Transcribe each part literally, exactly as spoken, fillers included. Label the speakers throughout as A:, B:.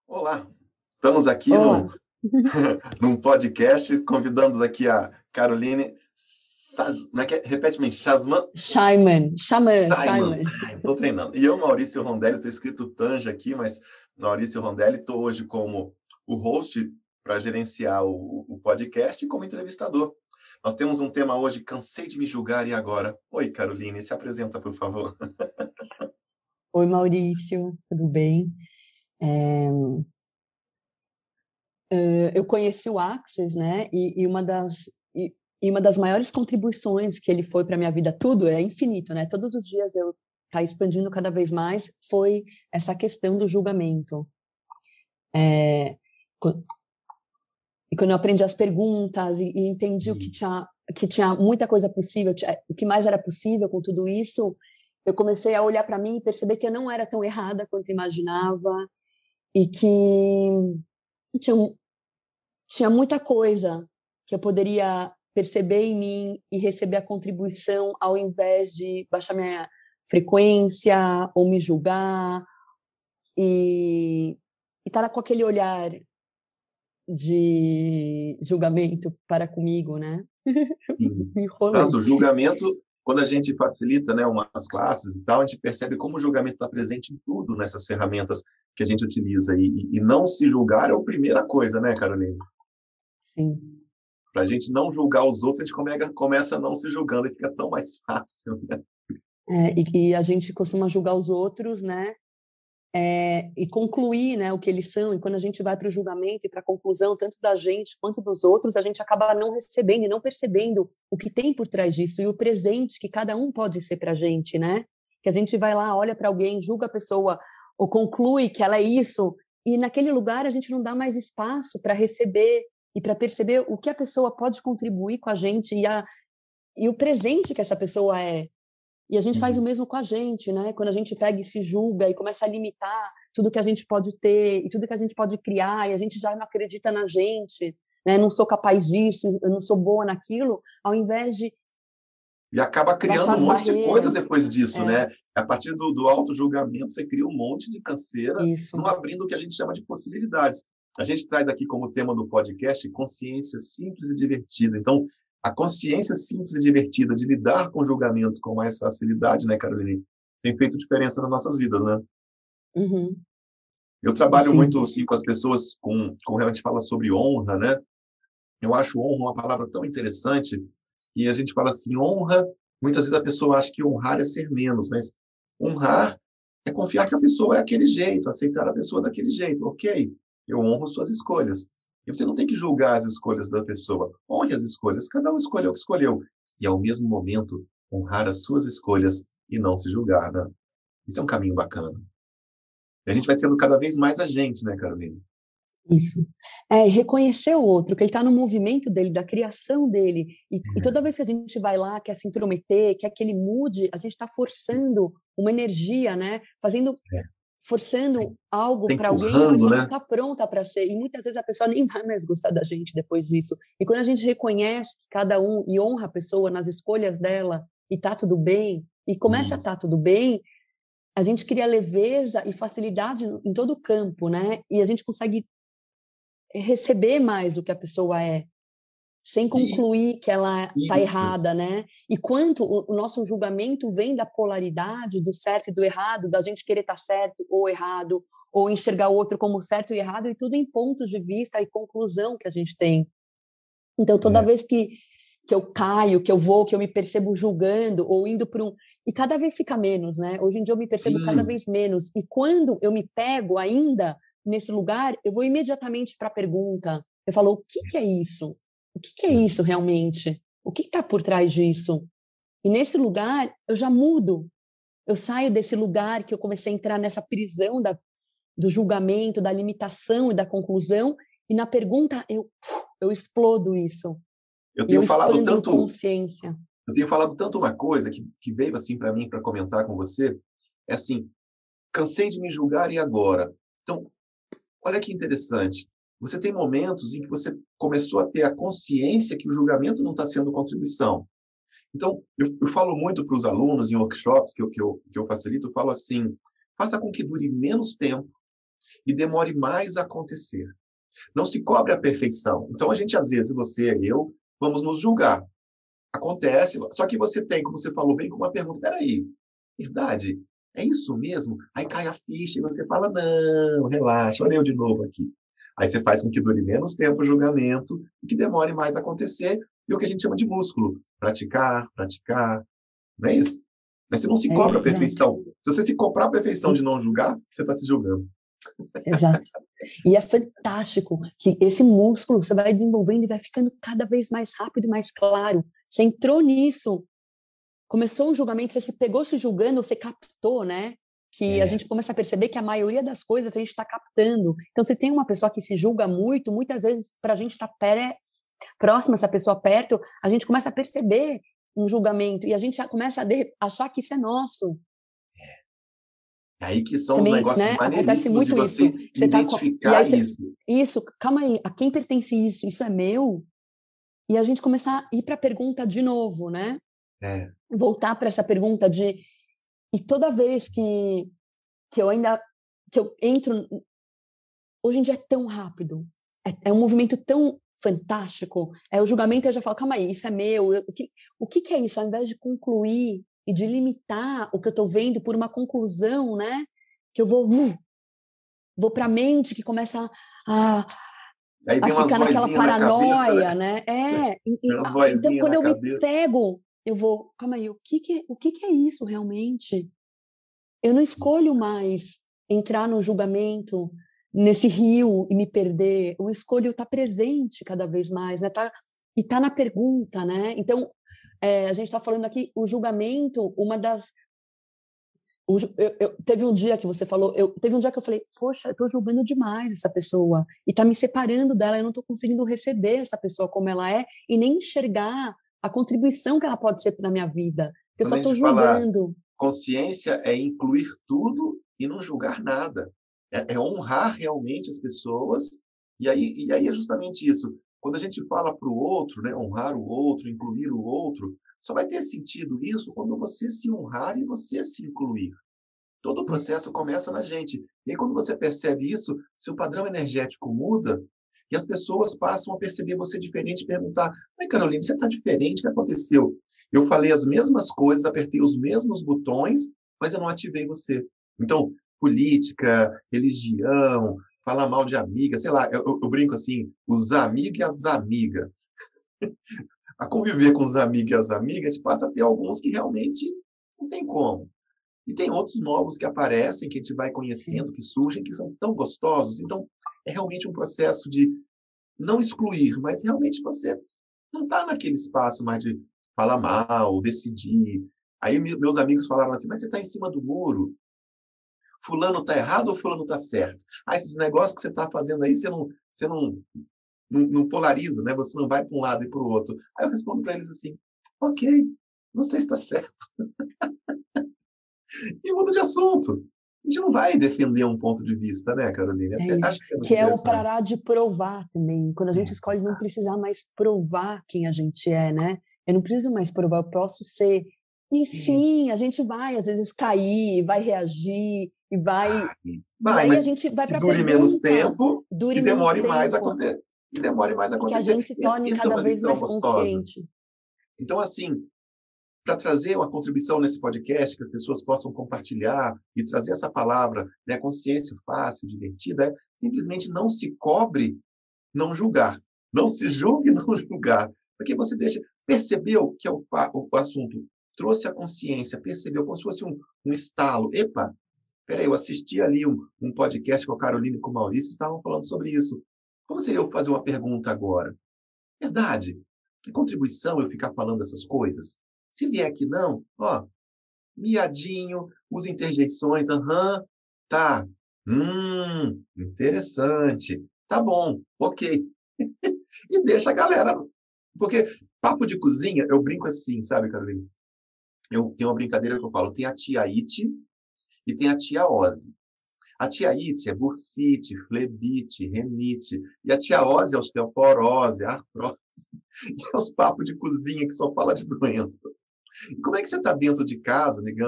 A: Olá, estamos aqui
B: Olá.
A: num, num podcast, convidamos aqui a Caroline Saz, como é que é? Repete bem, Chasman
B: Scheiman, Xamã,
A: Simon.
B: Scheiman.
A: Estou treinando. E eu, Maurício Rondelli, estou escrito Tanja aqui, mas Maurício Rondelli, estou hoje como o host para gerenciar o, o podcast e como entrevistador. Nós temos um tema hoje, cansei de me julgar e agora? Oi, Caroline, se apresenta, por favor.
B: Oi, Maurício, tudo bem? É, eh, eu conheci o Axis, né? E, e uma das e, e uma das maiores contribuições que ele foi para minha vida, tudo é infinito, né? Todos os dias eu tá expandindo cada vez mais foi essa questão do julgamento. É, co- e quando eu aprendi as perguntas e, e entendi o que
A: Isso.
B: tinha que tinha muita coisa possível, tinha- o que mais era possível com tudo isso, eu comecei a olhar para mim e perceber que eu não era tão errada quanto imaginava e que tinha, tinha muita coisa que eu poderia perceber em mim e receber a contribuição ao invés de baixar minha frequência ou me julgar e estar com aquele olhar de julgamento para comigo, né?
A: Sim.
B: Me enrolei.
A: Nossa, o julgamento, quando a gente facilita, né, umas classes e tal, a gente percebe como o julgamento está presente em tudo nessas ferramentas que a gente utiliza. E, e não se julgar é a primeira coisa, né, Carolina?
B: Sim.
A: Para a gente não julgar os outros, a gente come- começa não se julgando e fica tão mais fácil, né?
B: É, e, e a gente costuma julgar os outros, né? É, e concluir, né, o que eles são. E quando a gente vai para o julgamento e para a conclusão, tanto da gente quanto dos outros, a gente acaba não recebendo e não percebendo o que tem por trás disso e o presente que cada um pode ser para a gente, né? Que a gente vai lá, olha para alguém, julga a pessoa ou conclui que ela é isso e naquele lugar a gente não dá mais espaço para receber e para perceber o que a pessoa pode contribuir com a gente e, a, e o presente que essa pessoa é. E a gente faz o
A: Uhum.
B: mesmo com a gente, né? Quando a gente pega e se julga e começa a limitar tudo que a gente pode ter e tudo que a gente pode criar, e a gente já não acredita na gente, né? Não sou capaz disso, eu não sou boa naquilo, ao invés de
A: E acaba
B: baixar
A: criando um
B: as
A: monte de coisa
B: barreiras.
A: depois disso,
B: É,
A: né? A partir do, do auto-julgamento, você cria um monte de canseira,
B: isso,
A: não abrindo o que a gente chama de possibilidades. A gente traz aqui como tema do podcast consciência simples e divertida. Então, a consciência simples e divertida de lidar com o julgamento com mais facilidade, né, Caroline? Tem feito diferença nas nossas vidas, né?
B: uhum,
A: Eu trabalho muito
B: sim,
A: assim, com as pessoas, com, com a gente fala sobre honra, né? Eu acho honra uma palavra tão interessante e a gente fala assim, honra, muitas vezes a pessoa acha que honrar é ser menos, mas honrar é confiar que a pessoa é aquele jeito, aceitar a pessoa daquele jeito. Ok, eu honro suas escolhas. E você não tem que julgar as escolhas da pessoa. Honre as escolhas, cada um escolheu o que escolheu. E, ao mesmo momento, honrar as suas escolhas e não se julgar, né? Isso é um caminho bacana. E a gente vai sendo cada vez mais a gente, né, Carolina?
B: isso. É, e reconhecer o outro, que ele está no movimento dele, da criação dele. E, e toda vez que a gente vai lá, quer se intrometer, quer que ele mude, a gente está forçando uma energia, né? Fazendo
A: É,
B: forçando algo
A: tá
B: para alguém, a
A: empurrando,
B: pessoa não
A: né?
B: está pronta para ser. E muitas vezes a pessoa nem vai mais gostar da gente depois disso. E quando a gente reconhece que cada um e honra a pessoa nas escolhas dela e tá tudo bem, e começa a
A: Isso.
B: estar tá tudo bem, a gente cria leveza e facilidade em todo o campo, né? E a gente consegue receber mais o que a pessoa é, sem
A: E,
B: concluir que ela está
A: isso.
B: errada, né? E quanto o, o nosso julgamento vem da polaridade do certo e do errado, da gente querer estar certo ou errado, ou enxergar o outro como certo e errado, e tudo em pontos de vista e conclusão que a gente tem. Então, toda
A: É.
B: vez que, que eu caio, que eu vou, que eu me percebo julgando ou indo para um. E cada vez fica menos, né? Hoje em dia eu me percebo cada
A: Sim,
B: vez menos. E quando eu me pego ainda nesse lugar, eu vou imediatamente para a pergunta. Eu falo: o que, que é isso? O que, que é
A: isso.
B: isso realmente? O que está por trás disso? E nesse lugar, eu já mudo. Eu saio desse lugar que eu comecei a entrar nessa prisão da, do julgamento, da limitação e da conclusão. E na pergunta, eu, eu explodo isso.
A: Eu
B: E eu
A: tenho falado
B: expando em
A: tanto,
B: consciência.
A: eu tenho falado tanto uma coisa que, que veio assim para mim para comentar com você, é assim, cansei de me julgar e agora. Então, olha que interessante. Você tem momentos em que você começou a ter a consciência que o julgamento não está sendo contribuição. Então, eu, eu falo muito para os alunos em workshops que eu, que, eu, que eu facilito, eu falo assim, faça com que dure menos tempo e demore mais a acontecer. Não se cobre a perfeição. Então, a gente, às vezes, você e eu, vamos nos julgar. Acontece, só que você tem, como você falou, vem com uma pergunta, peraí, verdade, é isso mesmo? Aí cai a ficha e você fala, não, relaxa, olha eu de novo aqui. Aí você faz com que dure menos tempo o julgamento e que demore mais a acontecer, e o que a gente chama de músculo. Praticar, praticar, não é isso? Mas você não se
B: É,
A: cobra a
B: exato.
A: perfeição. Se você se cobrar a perfeição de não julgar, você está se julgando.
B: Exato. E é fantástico que esse músculo você vai desenvolvendo e vai ficando cada vez mais rápido e mais claro. Você entrou nisso, começou um julgamento, você se pegou se julgando, você captou, né? Que a
A: É.
B: gente começa a perceber que a maioria das coisas a gente está captando. Então, se tem uma pessoa que se julga muito, muitas vezes, para a gente estar tá próxima, essa pessoa perto, a gente começa a perceber um julgamento e a gente já começa a de, achar que isso é nosso.
A: É aí que são os
B: Também,
A: negócios
B: né, acontece
A: maneiríssimos de
B: muito isso.
A: você
B: Você tá com, e
A: identificar
B: aí você,
A: isso.
B: isso, calma aí, a quem pertence isso? Isso é meu? E a gente começar a ir para a pergunta de novo, né?
A: É.
B: Voltar para essa pergunta de e toda vez que que eu ainda que eu entro hoje em dia é tão rápido, é, é um movimento tão fantástico, é o julgamento eu já falo, calma aí, isso é meu, eu, o que o que, que é isso? Ao invés de concluir e de limitar o que eu estou vendo por uma conclusão, né? Que eu vou uh, vou para a mente que começa a
A: Aí
B: a
A: vem umas
B: ficar naquela
A: vozinhas na cabeça, né?
B: paranoia, né? É, e,
A: Vem
B: e,
A: umas
B: a, então
A: vozinhas
B: quando
A: na
B: eu me
A: cabeça.
B: pego, eu vou, calma aí, o que que, o que que é isso realmente? Eu não escolho mais entrar no julgamento, nesse rio e me perder. Eu escolho estar presente cada vez mais, né? Tá, e tá na pergunta, né? Então, é, a gente está falando aqui, o julgamento, uma das o, eu, eu, teve um dia que você falou, eu, teve um dia que eu falei, poxa, eu estou julgando demais essa pessoa e está me separando dela, eu não estou conseguindo receber essa pessoa como ela é e nem enxergar a contribuição que ela pode ser na minha vida. Eu
A: Quando
B: só
A: a
B: estou
A: gente fala
B: julgando.
A: consciência é incluir tudo e não julgar nada. É, é honrar realmente as pessoas. E aí, e aí é justamente isso. Quando a gente fala para o outro, né, honrar o outro, incluir o outro, só vai ter sentido isso quando você se honrar e você se incluir. Todo o processo começa na gente. E aí, quando você percebe isso, seu padrão energético muda e as pessoas passam a perceber você diferente e perguntar: Ai, Carolina, você está diferente, o que aconteceu? Eu falei as mesmas coisas, apertei os mesmos botões, mas eu não ativei você. Então, política, religião, falar mal de amiga, sei lá, eu, eu, eu brinco assim, os amigos e as amigas. A conviver com os amigos e as amigas, a gente passa a ter alguns que realmente não tem como. E tem outros novos que aparecem, que a gente vai
B: Sim.
A: conhecendo, que surgem, que são tão gostosos. Então, é realmente um processo de não excluir, mas realmente você não está naquele espaço mais de falar mal, decidir. Aí meus amigos falaram assim, mas você está em cima do muro. Fulano está errado ou fulano está certo? Ah, esses negócios que você está fazendo aí, você não, você não, não, não polariza, né? Você não vai para um lado e para o outro. Aí eu respondo para eles assim, ok, não sei se está certo. E muda de assunto. A gente não vai defender um ponto de vista, né, Carolina?
B: É
A: É,
B: isso.
A: acho que é muito
B: Que é o
A: interessante.
B: parar de provar também. Quando a gente escolhe não
A: Exato.
B: precisar mais provar quem a gente é, né? Eu não preciso mais provar, eu posso ser. E sim, a gente vai às vezes cair, vai reagir e vai. E
A: Vai,
B: aí a
A: mas
B: gente vai
A: que
B: para a
A: dure menos
B: pergunta,
A: tempo e
B: dure menos
A: demore mais a
B: tempo,
A: acontecer. E demore mais a
B: e que a
A: acontecer.
B: gente se
A: Esse-
B: torne
A: Isso é
B: cada
A: uma
B: vez
A: lição
B: mais
A: gostosa.
B: consciente.
A: Então, assim, para trazer uma contribuição nesse podcast, que as pessoas possam compartilhar e trazer essa palavra, né, consciência fácil, divertida, é simplesmente não se cobre não julgar. Não se julgue não julgar. Porque você deixa... Percebeu que é o, o, o assunto trouxe a consciência, percebeu como se fosse um, um estalo. Epa, peraí, eu assisti ali um, um podcast com a Carolina e com o Maurício, estavam falando sobre isso. Como seria eu fazer uma pergunta agora? Verdade. Que contribuição eu ficar falando essas coisas? Se vier aqui não, ó, miadinho, usa interjeições, aham, tá. Hum, interessante. Tá bom, ok. E deixa a galera. Porque papo de cozinha, eu brinco assim, sabe, Carolina? Eu tenho uma brincadeira que eu falo, tem a tia Ite e tem a tia Ozzy. A tia Ite é bursite, flebite, renite. E a tia Ozzy é osteoporose, artrose. E é os papos de cozinha que só fala de doença. E como é que você está dentro de casa, digamos,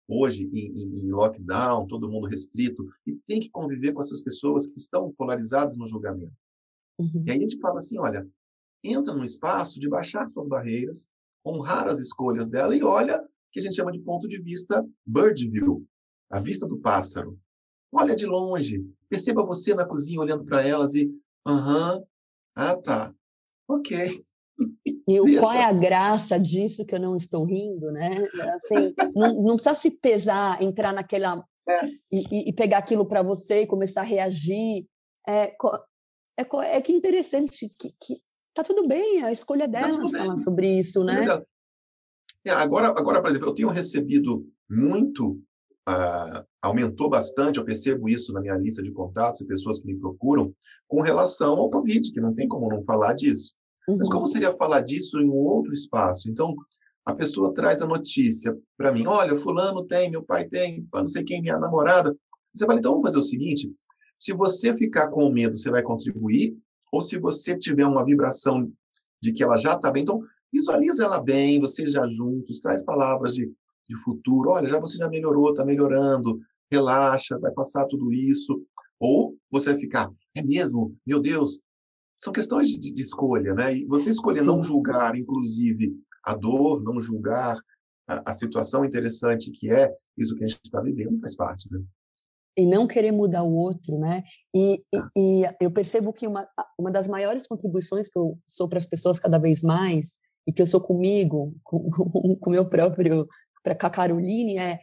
A: hoje em, em lockdown, todo mundo restrito, e tem que conviver com essas pessoas que estão polarizadas no julgamento.
B: Uhum.
A: E aí a gente fala assim, olha, entra num espaço de baixar suas barreiras, honrar as escolhas dela e olha o que a gente chama de ponto de vista bird view, a vista do pássaro. Olha de longe, perceba você na cozinha olhando para elas e, aham, ah tá, ok.
B: E o, qual é
A: Deixa.
B: a graça disso que eu não estou rindo, né? Assim, não, não precisa se pesar, entrar naquela...
A: É.
B: E, e pegar aquilo para você e começar a reagir. É, é, é que interessante, que, que tá tudo bem, a escolha delas falar sobre isso, né?
A: É, agora, agora, por exemplo, eu tenho recebido muito, uh, aumentou bastante, eu percebo isso na minha lista de contatos e pessoas que me procuram, com relação ao Covid, que não tem como não falar disso. Uhum. Mas como seria falar disso em um outro espaço? Então, a pessoa traz a notícia para mim, olha, fulano tem, meu pai tem, não sei quem, minha namorada. Você fala, então vamos fazer o seguinte, se você ficar com medo, você vai contribuir, ou se você tiver uma vibração de que ela já está bem, então visualiza ela bem, vocês já juntos, traz palavras de, de futuro, olha, já você já melhorou, está melhorando, relaxa, vai passar tudo isso. Ou você vai ficar, é mesmo? Meu Deus, são questões de, de escolha, né? E você escolher Sim. não julgar, inclusive, a dor, não julgar a, a situação interessante que é isso que a gente está vivendo, faz parte, né?
B: E não querer mudar o outro, né? E, ah. e, e eu percebo que uma, uma das maiores contribuições que eu sou para as pessoas cada vez mais, e que eu sou comigo, com o meu próprio, para a Caroline, é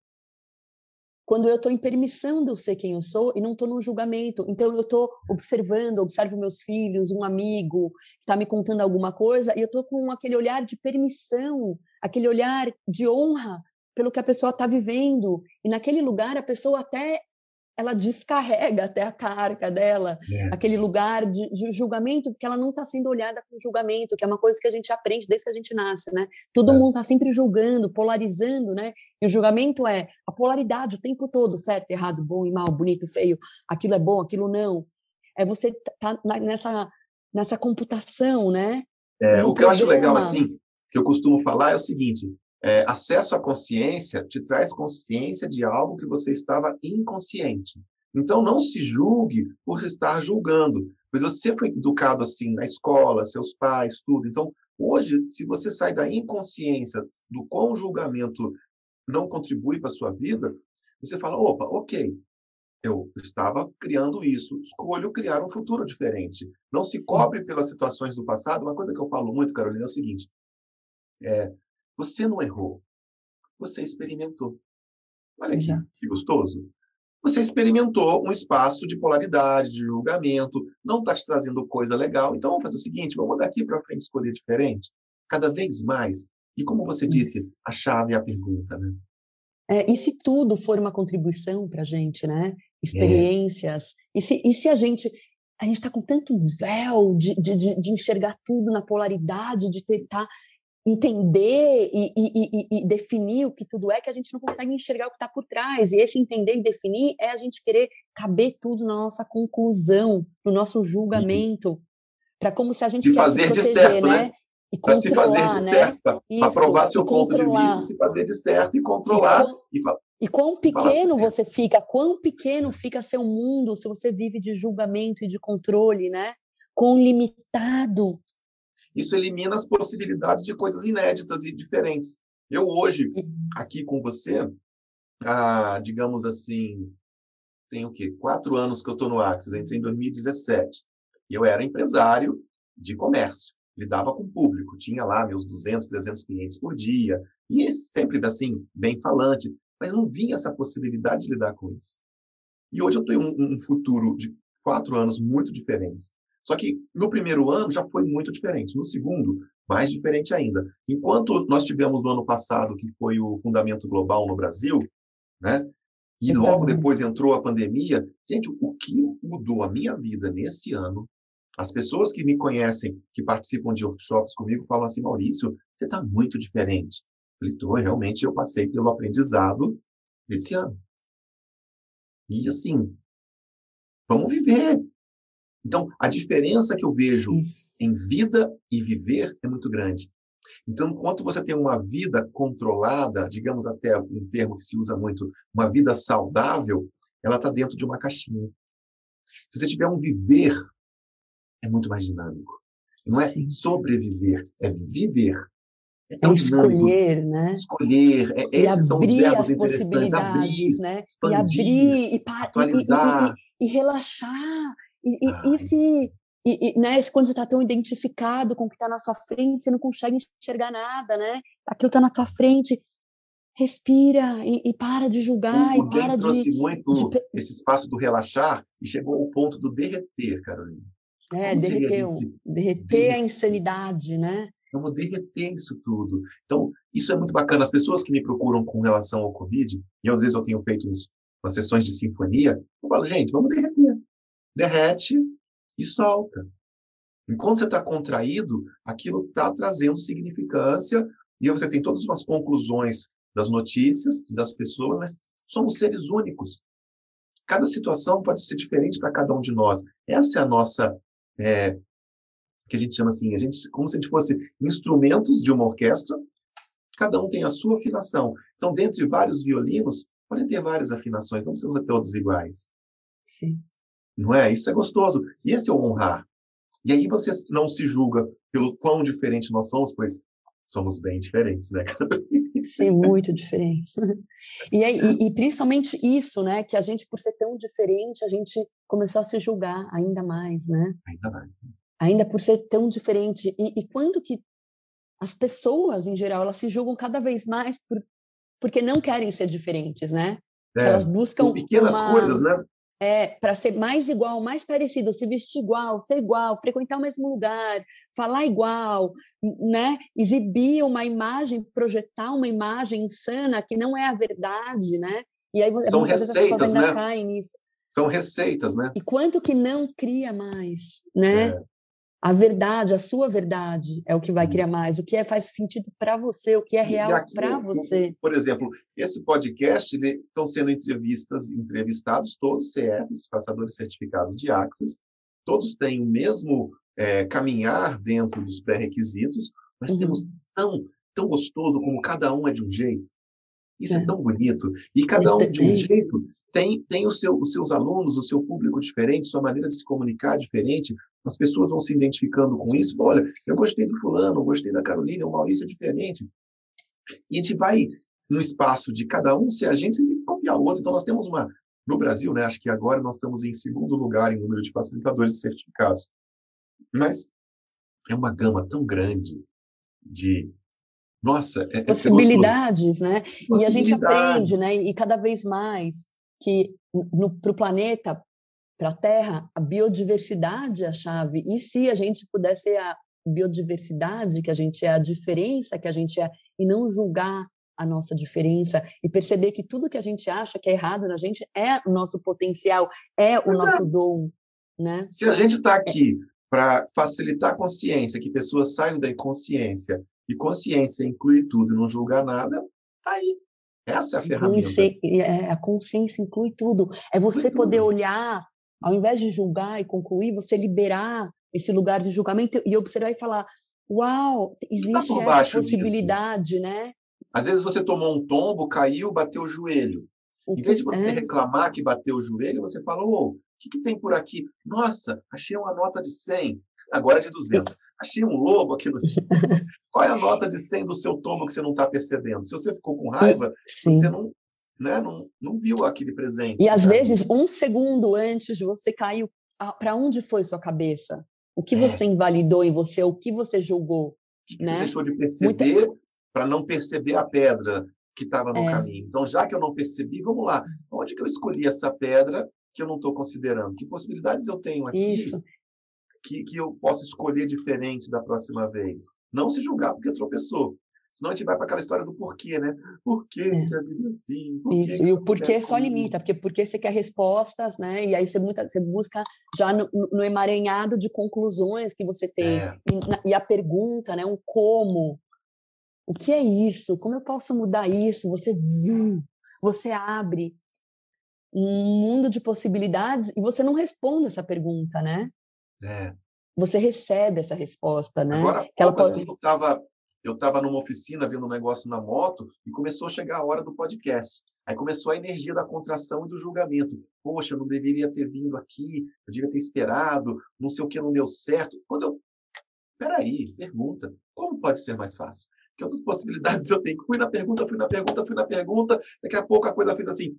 B: quando eu estou em permissão de eu ser quem eu sou e não estou no julgamento. Então, eu estou observando, observo meus filhos, um amigo que está me contando alguma coisa, e eu estou com aquele olhar de permissão, aquele olhar de honra pelo que a pessoa está vivendo. E naquele lugar, a pessoa até ela descarrega até a carga dela, é. aquele lugar de, de julgamento, porque ela não está sendo olhada com julgamento, que é uma coisa que a gente aprende desde que a gente nasce, né? Todo é. mundo está sempre julgando, polarizando, né? E o julgamento é a polaridade o tempo todo, certo, errado, bom e mal, bonito, feio, aquilo é bom, aquilo não. É você tá nessa, nessa computação, né?
A: É, o que programa. Eu acho legal, assim, que eu costumo falar é o seguinte, É, acesso à consciência te traz consciência de algo que você estava inconsciente. Então, não se julgue por estar julgando, pois você foi educado assim na escola, seus pais, tudo. Então, hoje, se você sai da inconsciência do quão o julgamento não contribui para a sua vida, você fala, opa, ok, eu estava criando isso, escolho criar um futuro diferente. Não se cobre pelas situações do passado. Uma coisa que eu falo muito, Carolina, é o seguinte, é, você não errou, você experimentou. Olha aqui, que gostoso. Você experimentou um espaço de polaridade, de julgamento, não está te trazendo coisa legal, então vamos fazer o seguinte, vamos daqui para frente escolher diferente, cada vez mais. E como você disse, a chave é a pergunta, né?
B: É, e se tudo for uma contribuição para a gente, né? Experiências. É. E, se, e se a gente... A gente está com tanto véu de, de, de enxergar tudo na polaridade, de tentar entender e, e, e, e definir o que tudo é, que a gente não consegue enxergar o que está por trás. E esse entender e definir é a gente querer caber tudo na nossa conclusão, no nosso julgamento, para como se a gente
A: de
B: quer se proteger,
A: certo,
B: né?
A: né?
B: E
A: para se fazer de
B: né?
A: certo, para provar seu ponto de vista, se fazer de certo e controlar.
B: E, quão, e, e quão pequeno você fica, quão pequeno fica seu mundo se você vive de julgamento e de controle, né? Quão limitado.
A: Isso elimina as possibilidades de coisas inéditas e diferentes. Eu hoje, aqui com você, há, digamos assim, tem o quê? Quatro anos que eu estou no Axis, eu entrei em dois mil e dezessete. E eu era empresário de comércio, lidava com o público, tinha lá meus duzentos, trezentos clientes por dia, e sempre, assim, bem falante, mas não vinha essa possibilidade de lidar com isso. E hoje eu tenho um, um futuro de quatro anos muito diferentes. Só que no primeiro ano já foi muito diferente. No segundo, mais diferente ainda. Enquanto nós tivemos no ano passado, que foi o Fundamento Global no Brasil, né? E logo depois entrou a pandemia. Gente, o que mudou a minha vida nesse ano, as pessoas que me conhecem, que participam de workshops comigo, falam assim, Maurício, você está muito diferente. Eu falei, tô, realmente eu passei pelo aprendizado desse ano. E assim, vamos viver. Então, a diferença que eu vejo Isso. em vida e viver é muito grande. Então, enquanto você tem uma vida controlada, digamos até um termo que se usa muito, uma vida saudável, ela está dentro de uma caixinha. Se você tiver um viver, é muito mais dinâmico. Não é
B: Sim.
A: sobreviver, é viver. É
B: É
A: tão dinâmico.
B: escolher, né?
A: Escolher, é,
B: E
A: esses são os
B: abrir
A: verbos
B: as
A: interessantes.
B: possibilidades,
A: Abrir,
B: né? E
A: expandir,
B: abrir, e, pa- e, e, e,
A: atualizar.
B: e, e relaxar. E, e,
A: Ah,
B: e
A: isso.
B: se... E, e, né, quando você está tão identificado com o que está na sua frente, você não consegue enxergar nada, né? Aquilo está na tua frente. Respira e, e para de julgar
A: O,
B: e
A: o D E M
B: para de,
A: trouxe
B: de
A: muito esse espaço do relaxar e chegou ao ponto do derreter, Carolina.
B: é,
A: Como seria a
B: derreteu,
A: gente
B: derreter a
A: derreter?
B: insanidade, né?
A: Vamos derreter isso tudo. Então, isso é muito bacana. As pessoas que me procuram com relação ao Covid, e às vezes eu tenho feito uns, umas sessões de sinfonia, eu falo, gente, vamos derreter. Derrete e solta. Enquanto você está contraído, aquilo está trazendo significância, e aí você tem todas as conclusões das notícias, das pessoas, mas somos seres únicos. Cada situação pode ser diferente para cada um de nós. Essa é a nossa, é, que a gente chama assim, a gente, como se a gente fosse instrumentos de uma orquestra, cada um tem a sua afinação. Então, dentre vários violinos, podem ter várias afinações, não precisam ser todos iguais.
B: Sim.
A: Não é? Isso é gostoso. E esse é o honrar. E aí você não se julga pelo quão diferente nós somos, pois somos bem diferentes, né?
B: Sim, muito diferente. E, aí, e, e principalmente isso, né? Que a gente, por ser tão diferente, a gente começou a se julgar ainda mais, né?
A: Ainda mais. Né?
B: Ainda por ser tão diferente. E, e quando que as pessoas, em geral, elas se julgam cada vez mais por, porque não querem ser diferentes, né?
A: É,
B: Elas
A: por
B: buscam
A: pequenas
B: uma...
A: coisas, né?
B: É, para ser mais igual, mais parecido, se vestir igual, ser igual, frequentar o mesmo lugar, falar igual, né? Exibir uma imagem, projetar uma imagem insana que não é a verdade, né? E aí
A: São
B: muitas vezes as pessoas
A: receitas,
B: ainda
A: né?
B: caem nisso.
A: São receitas, né?
B: E quanto que não cria mais, né?
A: É,
B: A verdade, a sua verdade é o que vai
A: e,
B: criar mais, o que é, faz sentido para você, o que é
A: e
B: real
A: aqui,
B: para
A: o, o,
B: você.
A: por exemplo, esse podcast, ele, estão sendo entrevistas, entrevistados todos C Fs, passadores certificados de Access, todos têm o mesmo é, caminhar dentro dos pré-requisitos, mas temos
B: Uhum.
A: tão, tão gostoso como cada um é de um jeito. Isso é
B: É.
A: tão bonito. E cada um, de
B: É
A: um
B: isso.
A: jeito, tem, tem o seu, os seus alunos, o seu público diferente, sua maneira de se comunicar diferente. As pessoas vão se identificando com isso. Olha, eu gostei do fulano, eu gostei da Carolina, o Maurício é diferente. E a gente vai no espaço de cada um ser a gente sem ter que copiar o outro. Então, nós temos uma... No Brasil, né, acho que agora nós estamos em segundo lugar em número de facilitadores certificados. Mas é uma gama tão grande de... Nossa, é, é, é gostoso.
B: Possibilidades, né? E a gente aprende,
A: Possibilidades.
B: né? E cada vez mais que para o planeta, para a Terra, a biodiversidade é a chave. E se a gente puder ser a biodiversidade que a gente é, a diferença que a gente é, e não julgar a nossa diferença e perceber que tudo que a gente acha que é errado na gente é o nosso potencial, é o
A: Pois é.
B: nosso dom, né?
A: Se a gente está
B: É,
A: aqui para facilitar a consciência, que pessoas saiam da inconsciência, e consciência inclui tudo e não julgar nada, tá aí. Essa é a
B: inclui
A: ferramenta.
B: ser, é, a consciência inclui tudo. É
A: Inclui
B: você poder
A: tudo.
B: olhar, ao invés de julgar e concluir, você liberar esse lugar de julgamento e observar e falar: uau,
A: O que está
B: existe
A: por
B: essa
A: baixo disso?
B: possibilidade, né?
A: Às vezes você tomou um tombo, caiu, bateu o joelho.
B: O
A: Em
B: que
A: vez de você
B: é
A: reclamar que bateu o joelho, você fala, ô, o que, que tem por aqui? Nossa, achei uma nota de cem, agora é de duzentos. Achei um lobo aqui no chão. Qual é a nota de cem do seu tombo que você não está percebendo? Se você ficou com
B: e,
A: raiva, você
B: sim.
A: não, né, não, não viu aquele
B: E
A: presente que
B: às
A: está ali.
B: vezes, um segundo antes de você cair, para onde foi sua cabeça? O que
A: É,
B: você invalidou em você? O que você julgou,
A: o que, que você
B: né?
A: deixou de
B: Muita,
A: perceber para não perceber a pedra que estava no
B: é,
A: caminho? Então, já que eu não percebi, vamos lá. Onde que eu escolhi essa pedra que eu não estou considerando? Que possibilidades eu tenho aqui
B: isso.
A: que, que eu posso escolher diferente da próxima vez? Não se julgar porque tropeçou. Senão a gente vai para aquela história do porquê, né? Por que,
B: É.
A: que a vida é assim? Por que,
B: Isso,
A: que
B: e
A: isso
B: o porquê
A: acontece
B: só
A: comigo?
B: limita, porque porque você quer respostas, né? E aí você, muita, você busca já no, no emaranhado de conclusões que você tem.
A: É,
B: E, na- e a pergunta, né? Um como, o que é isso? Como eu posso mudar isso? Você, vu, você abre um mundo de possibilidades e você não responde essa pergunta, né?
A: é.
B: Você recebe essa resposta, né?
A: Agora há
B: Que ela
A: pouco, assim,
B: pode...
A: eu estava Eu estava numa oficina vendo um negócio na moto e começou a chegar a hora do podcast. Aí começou a energia da contração e do julgamento. Poxa, eu não deveria ter vindo aqui, eu devia ter esperado, não sei o que não deu certo. Quando eu... Peraí, pergunta. Como pode ser mais fácil? Que outras possibilidades eu tenho? Fui na pergunta, fui na pergunta, fui na pergunta. Daqui a pouco a coisa fez assim.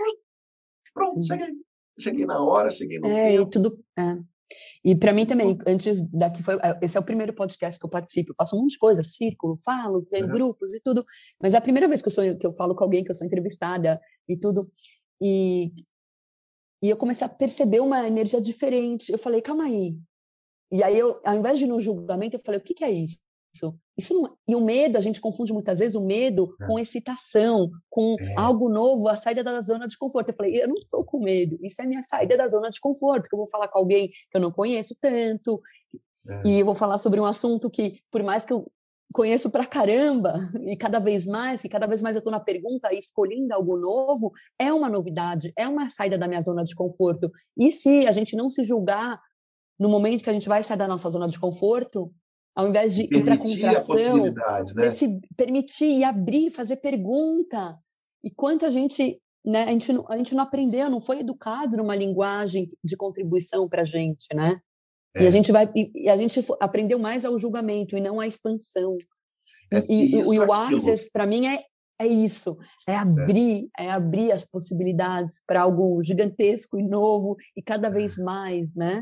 A: Pronto, cheguei. Cheguei na hora, cheguei no
B: É,
A: tempo.
B: e tudo... É. E para mim também, antes daqui foi, esse é o primeiro podcast que eu participo, eu faço um monte de coisa, círculo, falo, tenho
A: Uhum.
B: grupos e tudo, mas é a primeira vez que eu, sou, que eu falo com alguém, que eu sou entrevistada e tudo, e, e eu comecei a perceber uma energia diferente, eu falei, calma aí, e aí eu, ao invés de ir no julgamento, eu falei, o que que é isso? Isso não... E o medo, a gente confunde muitas vezes o medo
A: É.
B: com excitação, com
A: É.
B: algo novo, a saída da zona de conforto. Eu falei, eu não estou com medo, isso é minha saída da zona de conforto, que eu vou falar com alguém que eu não conheço tanto,
A: É.
B: e eu vou falar sobre um assunto que, por mais que eu conheço pra caramba, e cada vez mais, e cada vez mais eu estou na pergunta e escolhendo algo novo, é uma novidade, é uma saída da minha zona de conforto. E se a gente não se julgar no momento que a gente vai sair da nossa zona de conforto, ao invés de ir para a
A: Permitir a
B: contração,
A: possibilidade, né?
B: se permitir e abrir, fazer pergunta. E quanto a gente, né, a gente, não, a gente não aprendeu, não foi educado numa linguagem de contribuição para a gente, né?
A: É.
B: E a gente vai, e, e a gente aprendeu mais ao julgamento e não à expansão.
A: É
B: E,
A: se
B: e,
A: isso,
B: e o
A: aquilo.
B: Access, para mim, é, é isso, é abrir, é. é abrir as possibilidades para algo gigantesco e novo e cada vez mais, né?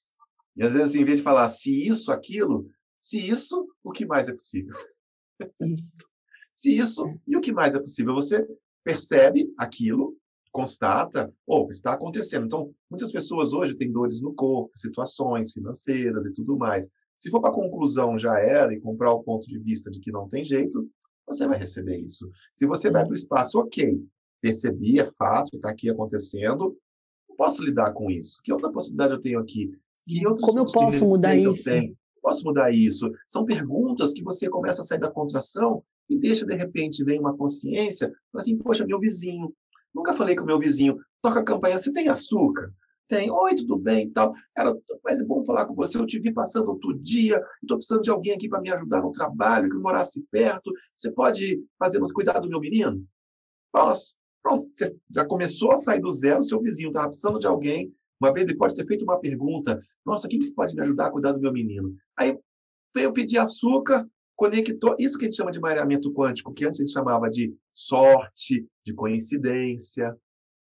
A: E às vezes, em vez de falar se isso, aquilo, se isso, o que mais é possível?
B: Isso.
A: Se isso,
B: É.
A: e o que mais é possível? Você percebe aquilo, constata, ou oh, está acontecendo. Então, muitas pessoas hoje têm dores no corpo, situações financeiras e tudo mais. Se for para a conclusão já era e comprar o ponto de vista de que não tem jeito, você vai receber isso. Se você é. vai para o espaço, ok, percebi, é fato, está aqui acontecendo, posso lidar com isso. Que outra possibilidade eu tenho aqui? Que outros
B: Como eu
A: tipos de
B: posso mudar
A: receita eu
B: isso?
A: tenho? Posso mudar isso? São perguntas que você começa a sair da contração e deixa, de repente, vem uma consciência, fala assim, poxa, meu vizinho, nunca falei com o meu vizinho, toca a campainha, você tem açúcar? Tem, oi, tudo bem e tal. Era, mas é bom falar com você, eu te vi passando outro dia, estou precisando de alguém aqui para me ajudar no trabalho, que morasse perto, você pode fazer nos cuidar do meu menino? Posso. Pronto, você já começou a sair do zero, seu vizinho estava precisando de alguém, uma vez ele pode ter feito uma pergunta, nossa, quem que pode me ajudar a cuidar do meu menino? Aí veio pedir açúcar, conectou, isso que a gente chama de mareamento quântico, que antes a gente chamava de sorte, de coincidência,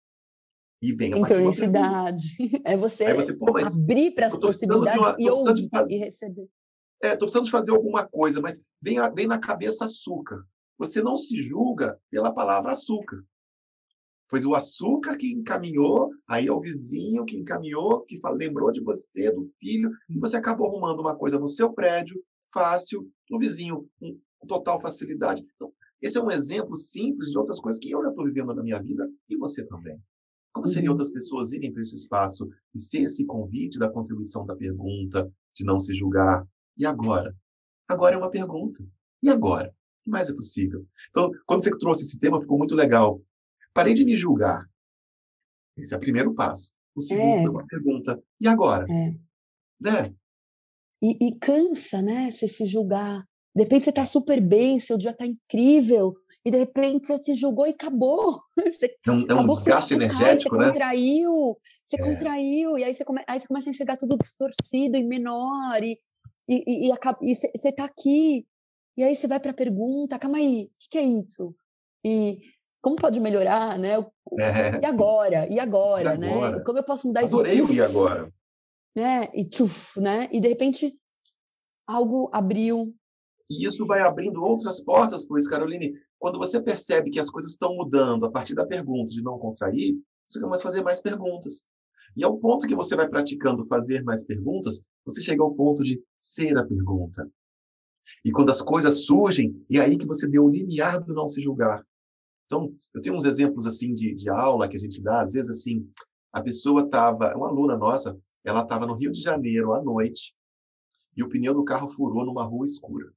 A: e vem a partir de uma pergunta.
B: Sincronicidade. É você,
A: Aí você, pô, mas
B: abrir para as
A: eu tô precisando de
B: possibilidades
A: uma,
B: e
A: tô precisando de
B: ouvir
A: fazer,
B: e receber.
A: é, tô precisando de fazer alguma coisa, mas vem, a, vem na cabeça açúcar. Você não se julga pela palavra açúcar. Foi o açúcar que encaminhou, aí é o vizinho que encaminhou, que lembrou de você, do filho, e você acabou arrumando uma coisa no seu prédio, fácil, o vizinho com total facilidade. Então, esse é um exemplo simples de outras coisas que eu já estou vivendo na minha vida e você também. Como seriam
B: Uhum.
A: outras pessoas irem para esse espaço e ser esse convite da contribuição da pergunta, de não se julgar? E agora? Agora é uma pergunta. E agora? O que mais é possível? Então, quando você trouxe esse tema, ficou muito legal. Parei de me julgar. Esse é o primeiro passo. O segundo
B: É,
A: foi uma pergunta. E agora?
B: é.
A: Né?
B: E, e cansa, né? Você se julgar. De repente você tá super bem, seu dia tá incrível, e de repente você se julgou e acabou. Você,
A: É um, é um
B: acabou que você,
A: desgaste
B: você cai, você
A: energético, né?
B: contraiu, você
A: É.
B: contraiu, e aí você, come, aí você começa a enxergar tudo distorcido e menor, e, e, e, e, acaba, e você, você tá aqui, e aí você vai para a pergunta, calma aí, o que, que é isso? E como pode melhorar, né?
A: É.
B: E agora? E
A: E
B: agora, né? E
A: agora?
B: como eu posso mudar isso?
A: Adorei o e agora.
B: Né? E tchuf, né? E de repente algo abriu.
A: E isso vai abrindo outras portas, pois, Caroline, quando você percebe que as coisas estão mudando a partir da pergunta, de não contrair, você começa a fazer mais perguntas. E ao ponto que você vai praticando fazer mais perguntas, você chega ao ponto de ser a pergunta. E quando as coisas surgem, é aí que você deu o limiar do não se julgar. Então, eu tenho uns exemplos assim de, de aula que a gente dá, às vezes assim, a pessoa estava, uma aluna nossa, ela estava no Rio de Janeiro à noite e o pneu do carro furou numa rua escura.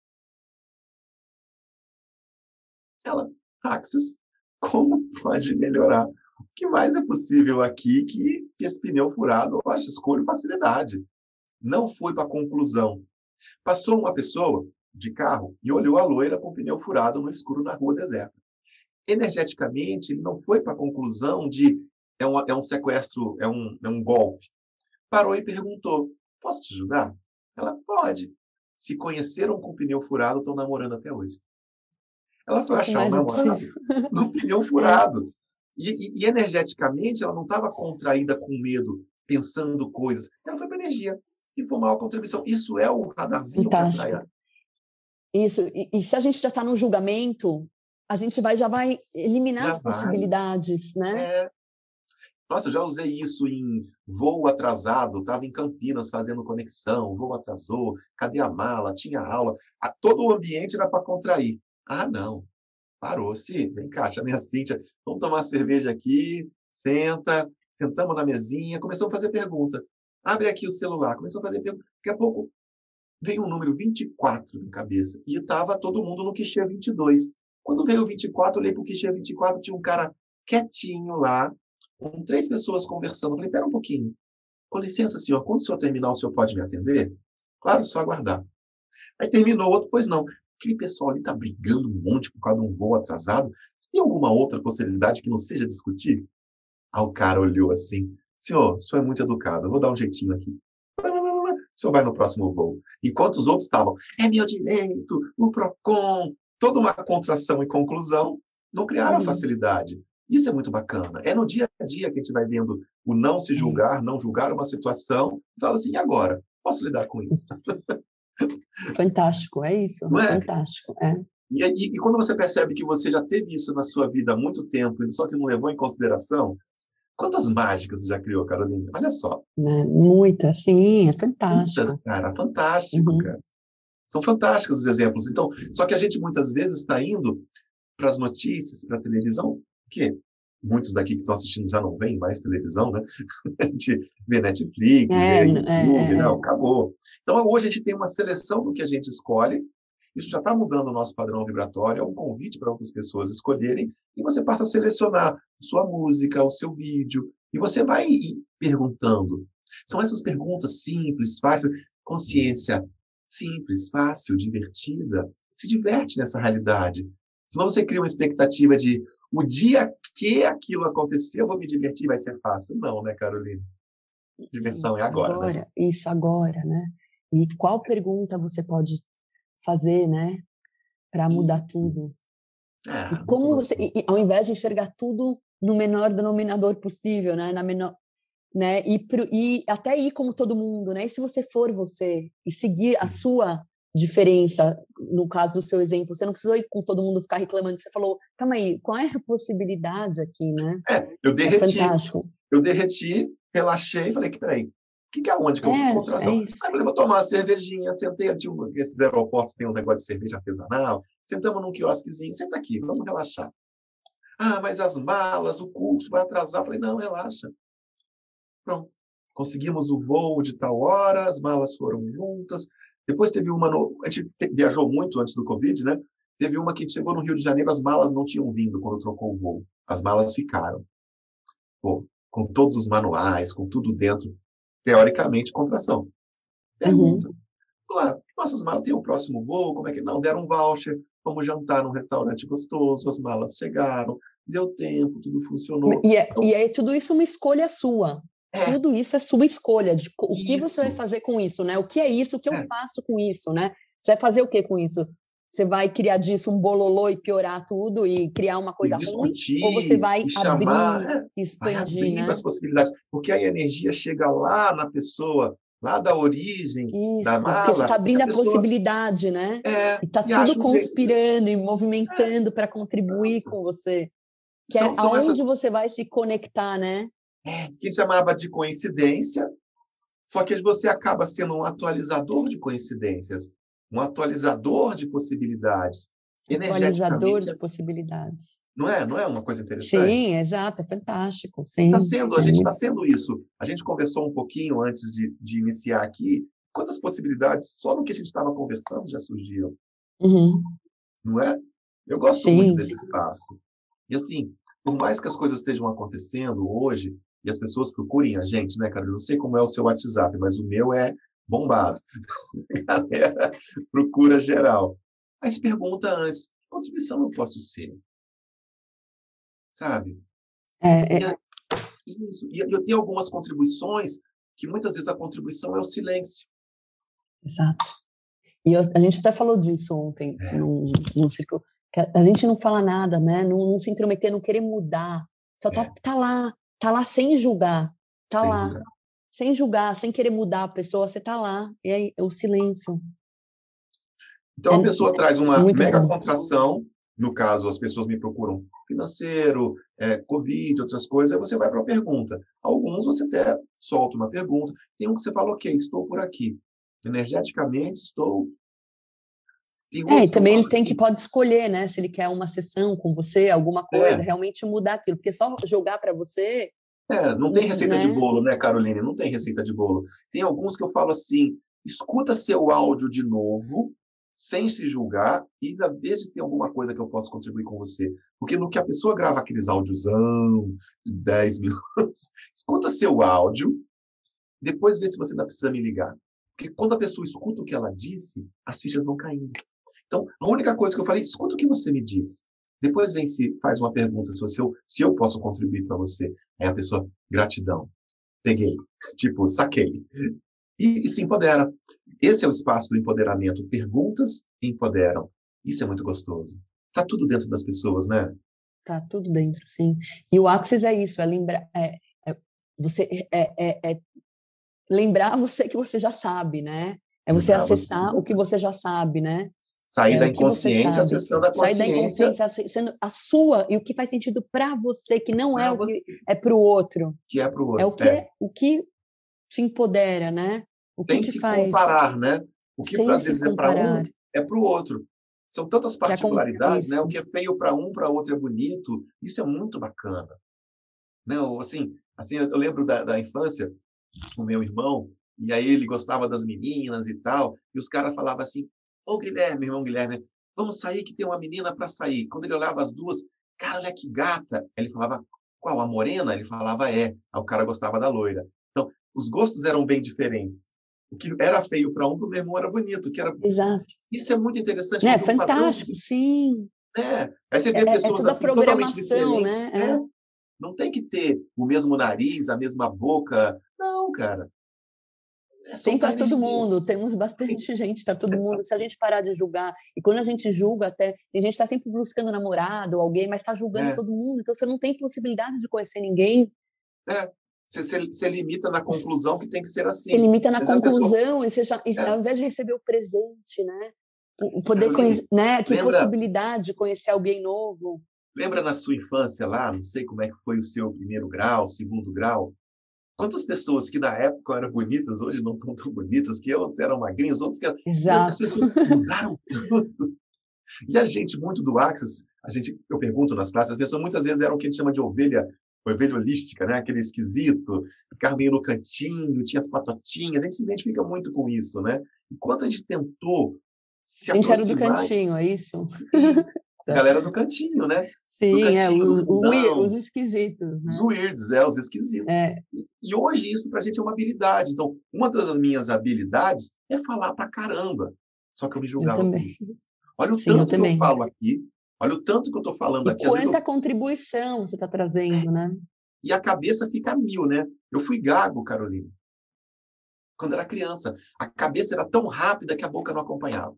A: Ela, Axis, como pode melhorar? O que mais é possível aqui que, que esse pneu furado, eu acho, escolho facilidade. Não fui para a conclusão. Passou uma pessoa, de carro e olhou a loira com o pneu furado no escuro na rua deserta. Energeticamente, ele não foi para a conclusão de é um, é um sequestro, é um, é um golpe. Parou e perguntou, posso te ajudar? Ela, pode. Se conheceram com o pneu furado, estão namorando até hoje. Ela foi
B: O que
A: achar o
B: mais é
A: namorado
B: possível?
A: no pneu furado. E, e, e energeticamente, ela não estava contraída com medo, pensando coisas. Ela foi para energia. E foi uma maior contribuição. Isso é o radarzinho que atrai.
B: Fantástico. Isso. E, e se a gente já está no julgamento, a gente vai, já vai eliminar
A: Já
B: as
A: vai.
B: possibilidades, né?
A: É. Nossa, eu já usei isso em voo atrasado, estava em Campinas fazendo conexão, o voo atrasou, cadê a mala? Tinha aula. A, todo o ambiente era para contrair. Ah, não. Parou-se. Vem cá, chamei a Cíntia. Vamos tomar uma cerveja aqui. Senta. Sentamos na mesinha. Começamos a fazer pergunta. Abre aqui o celular. Começamos a fazer pergunta. Daqui a pouco veio o número vinte e quatro na cabeça. E estava todo mundo no quichê vinte e dois. Quando veio o vinte e quatro, eu olhei para o quichê vinte e quatro, tinha um cara quietinho lá, com três pessoas conversando. Eu falei, pera um pouquinho. Com licença, senhor, quando o senhor terminar, o senhor pode me atender? Claro, só aguardar. Aí terminou outro, pois não. Aquele pessoal ali está brigando um monte por causa de um voo atrasado. Você tem alguma outra possibilidade que não seja discutir? Aí o cara olhou assim, senhor, o senhor é muito educado, eu vou dar um jeitinho aqui. O senhor vai no próximo voo. Enquanto os outros estavam, é meu direito, o PROCON, toda uma contração e conclusão, não criaram
B: Uhum.
A: facilidade. Isso é muito bacana. É no dia a dia que a gente vai vendo o não se julgar, não julgar uma situação, e fala assim, e agora? Posso lidar com isso?
B: Fantástico, é isso.
A: Não é?
B: Fantástico, é.
A: E, e, e quando você percebe que você já teve isso na sua vida há muito tempo, só que não levou em consideração, quantas mágicas você já criou, Carolina? Olha só.
B: Né? Muita, sim, é
A: Muitas,
B: fantástico.
A: cara. Fantástico,
B: Uhum.
A: cara. São fantásticos os exemplos. Então, só que a gente muitas vezes está indo para as notícias, para a televisão, que muitos daqui que estão assistindo já não veem mais televisão, né? A gente vê Netflix,
B: É,
A: vê
B: é,
A: YouTube,
B: é,
A: não,
B: é.
A: acabou. Então, hoje a gente tem uma seleção do que a gente escolhe, isso já está mudando o nosso padrão vibratório, é um convite para outras pessoas escolherem, e você passa a selecionar a sua música, o seu vídeo, e você vai perguntando. São essas perguntas simples, fáceis, consciência simples, fácil, divertida, se diverte nessa realidade. Senão você cria uma expectativa de o dia que aquilo acontecer, eu vou me divertir, vai ser fácil. Não, né, Carolina? Diversão
B: Sim,
A: é agora, né?
B: agora, isso agora, né? E qual pergunta você pode fazer, né, para mudar tudo?
A: É,
B: E
A: muito
B: como você,
A: gostoso.
B: e, e, ao invés de enxergar tudo no menor denominador possível, né, na menor, né, e, pro, e até ir como todo mundo, né? E se você for você e seguir a sua diferença, no caso do seu exemplo, você não precisou ir com todo mundo ficar reclamando. Você falou, calma aí, qual é a possibilidade aqui, né?
A: É, eu
B: É
A: derreti.
B: fantástico.
A: Eu derreti, relaxei e falei que, peraí, que que é onde que eu vou?
B: É, é
A: Contração. Aí eu
B: isso.
A: falei, vou tomar uma cervejinha, sentei, tinha um, esses aeroportos tem um negócio de cerveja artesanal, sentamos num quiosquezinho, senta aqui, vamos relaxar. Ah, mas as malas, o curso vai atrasar. Eu falei, não, relaxa. Pronto. Conseguimos o voo de tal hora, as malas foram juntas. Depois teve uma, no, a gente viajou muito antes do Covid, né? Teve uma que chegou no Rio de Janeiro, as malas não tinham vindo quando trocou o voo. As malas ficaram. Pô, com todos os manuais, com tudo dentro. Teoricamente, contração. Pergunta.
B: Uhum.
A: Lá, nossas malas têm o próximo voo? Como é que... Não, deram um voucher, vamos jantar num restaurante gostoso, as malas chegaram, deu tempo, tudo funcionou.
B: E é,
A: Então,
B: e é tudo isso uma escolha sua.
A: é,
B: Tudo isso é sua escolha de o que você vai
A: isso.
B: fazer com isso, né? O que é isso? O que eu
A: É,
B: faço com isso, né? Você vai fazer o que com isso? Você vai criar disso um bololô e piorar tudo e criar uma
A: e
B: coisa ruim? Ou você
A: discutir,
B: vai
A: e chamar,
B: abrir,
A: é, vai
B: expandir,
A: abrindo
B: né?
A: as possibilidades, porque aí a energia chega lá na pessoa, lá da origem da
B: Isso, porque você está
A: mala, e
B: abrindo
A: a
B: a
A: pessoa
B: possibilidade, né?
A: é,
B: E está
A: e
B: tudo
A: acha um jeito de...
B: conspirando e
A: É,
B: movimentando para contribuir
A: nossa,
B: com você. Que
A: são,
B: é
A: são
B: aonde
A: essas
B: você vai se conectar, né?
A: é, que a gente chamava de coincidência, só que você acaba sendo um atualizador de coincidências, um atualizador de possibilidades.
B: Atualizador
A: Energeticamente,
B: de possibilidades.
A: não é, não é uma coisa interessante?
B: Sim, exato, é fantástico,
A: Tá
B: sim,
A: sendo, a
B: é
A: gente está
B: muito.
A: sendo isso. A gente conversou um pouquinho antes de, de iniciar aqui. Quantas possibilidades só no que a gente estava conversando já surgiram,
B: Uhum.
A: não é? Eu gosto muito
B: Sim,
A: desse espaço. E assim, por mais que as coisas estejam acontecendo hoje e as pessoas procurem a gente, né, cara? Eu não sei como é o seu WhatsApp, mas o meu é bombado. A galera procura geral. Mas pergunta antes, que contribuição eu posso ser? Sabe?
B: É,
A: E,
B: é,
A: a- isso, e eu tenho algumas contribuições que muitas vezes a contribuição é o silêncio.
B: exato. E eu- a gente até falou disso ontem,
A: É,
B: num, num ciclo, que a, a gente não fala nada, né? Não, não se intrometer, não querer mudar. Só tá,
A: é,
B: tá lá, tá lá sem julgar, tá
A: sem
B: lá,
A: julgar.
B: sem julgar, sem querer mudar a pessoa, você tá lá. E aí, o silêncio.
A: Então,
B: É,
A: a pessoa traz
B: é
A: uma
B: muito
A: mega
B: bom.
A: contração, no caso, as pessoas me procuram financeiro, é, Covid, outras coisas, aí você vai para a pergunta. Alguns você até solta uma pergunta, tem um que você fala, ok, estou por aqui. Energeticamente, estou. Tem
B: É, e
A: outros que eu
B: também
A: falo
B: ele tem que
A: assim,
B: pode escolher, né? Se ele quer uma sessão com você, alguma coisa,
A: é,
B: realmente mudar aquilo, porque só jogar para você,
A: é, não tem receita de
B: né?
A: bolo, né, Caroline? Não tem receita de bolo. Tem alguns que eu falo assim, escuta seu áudio de novo, sem se julgar, e ainda veja se tem alguma coisa que eu posso contribuir com você. Porque no que a pessoa grava aqueles áudiozão de dez minutos, escuta seu áudio, depois vê se você ainda precisa me ligar. Porque quando a pessoa escuta o que ela disse, as fichas vão caindo. Então, a única coisa que eu falei, escuta o que você me diz. Depois vem se faz uma pergunta se eu, se eu posso contribuir para você. Aí a pessoa, gratidão, peguei, tipo, saquei. E, e se empodera. Esse é o espaço do empoderamento. Perguntas empoderam. Isso é muito gostoso. Está tudo dentro das pessoas, né?
B: Tá tudo dentro, sim. E o Axis é isso, é lembrar, é, é você é, é, é lembrar você que você já sabe, né? É você
A: Lembrar você.
B: acessar o que você já sabe, né?
A: Sair
B: É
A: da
B: o que você
A: inconsciência,
B: sabe.
A: acessando a
B: Sair da
A: consciência,
B: inconsciência sendo a sua e o que faz sentido para você, que não é
A: para
B: o
A: você,
B: que é para o outro.
A: que é para o
B: É o
A: outro.
B: que
A: É,
B: é o que te empodera, né? O que
A: sem
B: te
A: se
B: faz
A: comparar, né? O que para
B: sem se
A: dizer para
B: comparar,
A: um é para o outro. São tantas
B: que é com
A: particularidades, né? O
B: isso.
A: que é feio para um, para outro é bonito. Isso é muito bacana. Não, assim, assim, eu lembro da, da infância, o meu irmão, e aí ele gostava das meninas e tal, e os caras falavam assim, ô Guilherme, irmão Guilherme, vamos sair que tem uma menina para sair. Quando ele olhava as duas, cara, olha que gata. Aí ele falava, qual, a morena? Ele falava, é. Aí o cara gostava da loira. Então, os gostos eram bem diferentes. O que era feio para um, para o meu irmão era bonito. Que era...
B: Exato.
A: Isso é muito interessante,
B: Né?
A: porque o padrão
B: Fantástico,
A: de...
B: sim.
A: É. Aí você
B: É,
A: vê
B: é- é
A: pessoas
B: toda a
A: assim, totalmente
B: programação,
A: diferentes. É.
B: né?
A: Não tem que ter o mesmo nariz, a mesma boca. Não, cara. É
B: Tem
A: soltar
B: para todo
A: energia.
B: mundo, temos bastante gente para todo mundo. Se a gente parar de julgar, e quando a gente julga, até tem gente que está sempre buscando namorado ou alguém, mas está julgando
A: É,
B: todo mundo. Então você não tem possibilidade de conhecer ninguém.
A: é. Você, você, você limita na conclusão que tem que ser
B: Você
A: assim.
B: limita na
A: Às vezes a pessoa.
B: conclusão, e você já, e
A: É,
B: ao invés de receber o presente, né? O, o poder
A: Caroline,
B: conhecer, né? Que
A: lembra,
B: possibilidade de conhecer alguém novo.
A: lembra na sua infância lá, não sei como é que foi o seu primeiro grau, segundo grau, quantas pessoas que na época eram bonitas, hoje não estão tão bonitas, que outros eram magrinhos, outros que eram... Meu, as
B: Exato.
A: pessoas mudaram tudo. E a gente, muito do Axis, a gente, eu pergunto nas classes, as pessoas muitas vezes eram o que a gente chama de ovelha, ovelha holística, né? Aquele esquisito, ficava meio no cantinho, tinha as patotinhas, a gente se identifica muito com isso, né? Enquanto a gente tentou se
B: A gente era do
A: aproximar,
B: cantinho, é isso?
A: isso, a galera do cantinho, né? Do
B: Sim, é,
A: cantinho, do
B: o, o weir- os
A: fundão,
B: esquisitos,
A: os
B: né?
A: weirds, é, os esquisitos.
B: É,
A: E hoje isso para a gente é uma habilidade. Então, uma das minhas habilidades é falar pra caramba. Só que eu me
B: eu
A: julgava por
B: também.
A: isso. Olha o
B: Sim, eu
A: tanto que eu
B: também.
A: falo aqui, olha o tanto que eu estou falando
B: E
A: aqui. Às vezes
B: quanta
A: eu...
B: contribuição você está trazendo, né?
A: E a cabeça fica a mil, né? Eu fui gago, Carolina, quando era criança. A cabeça era tão rápida que a boca não acompanhava.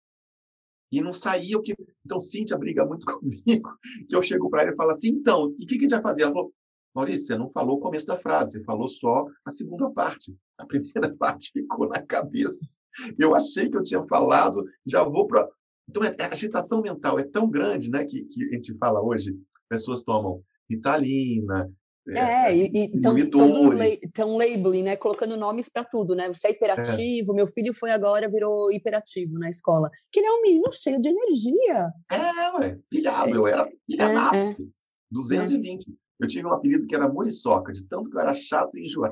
A: E não saía o que. Então, Cíntia briga muito comigo, que eu chego para ela e falo assim: então, e o que, que a gente vai fazer? Ela falou: Maurício, você não falou o começo da frase, você falou só a segunda parte. A primeira parte ficou na cabeça. Eu achei que eu tinha falado, já vou para. Então, é, a agitação mental é tão grande, né, que, que a gente fala hoje, pessoas tomam Ritalina,
B: É,
A: é,
B: e, e então todo la-
A: monitores.
B: tão labeling, né? Colocando nomes para tudo, né? Você é
A: É,
B: hiperativo, meu filho foi agora, virou hiperativo na escola. Que ele é um menino cheio de energia.
A: é, ué, pilhado,
B: É,
A: eu era
B: é, é,
A: pilhadaço,
B: é.
A: duzentos e vinte. Eu tive um apelido que era muriçoca, de tanto que eu era chato e enjoado.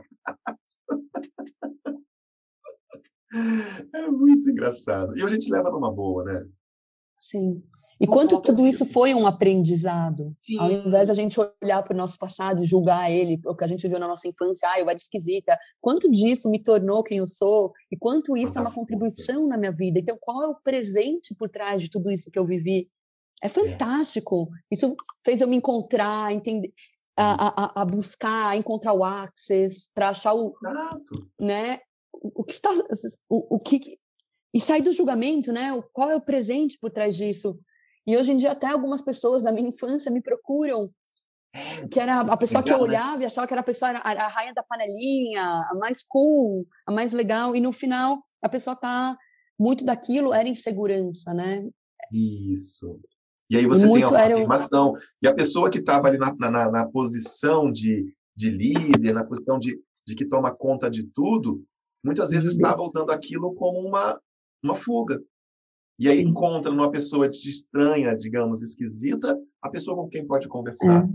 A: É muito engraçado. E a gente leva numa boa, né?
B: Sim. E
A: Por
B: quanto
A: conta
B: tudo isso
A: disso.
B: foi um aprendizado?
A: Sim.
B: Ao invés de a gente olhar para o nosso passado e julgar ele, o que a gente viu na nossa infância, ah, eu era esquisita. Quanto disso me tornou quem eu sou? E quanto isso é uma
A: Quanta força.
B: contribuição na minha vida? Então, qual é o presente por trás de tudo isso que eu vivi? É fantástico. É. Isso fez eu me encontrar, entender, a, a, a buscar, a encontrar o access, para achar o,
A: Exato.
B: né, o, o que está, o, o que e sair do julgamento, né? Qual é o presente por trás disso? E hoje em dia até algumas pessoas da minha infância me procuram, que era a pessoa
A: legal,
B: que eu olhava, né? E achava que era a pessoa, a, a rainha da panelinha, a mais cool, a mais legal, e no final a pessoa tá, muito daquilo era insegurança, né?
A: Isso. E aí você
B: e
A: tem a
B: era
A: afirmação. O... E a pessoa que estava ali na, na, na posição de, de líder, na posição de, de que toma conta de tudo, muitas vezes estava usando aquilo como uma, uma fuga. E aí Sim. encontra numa pessoa de estranha, digamos, esquisita, a pessoa com quem pode conversar. É.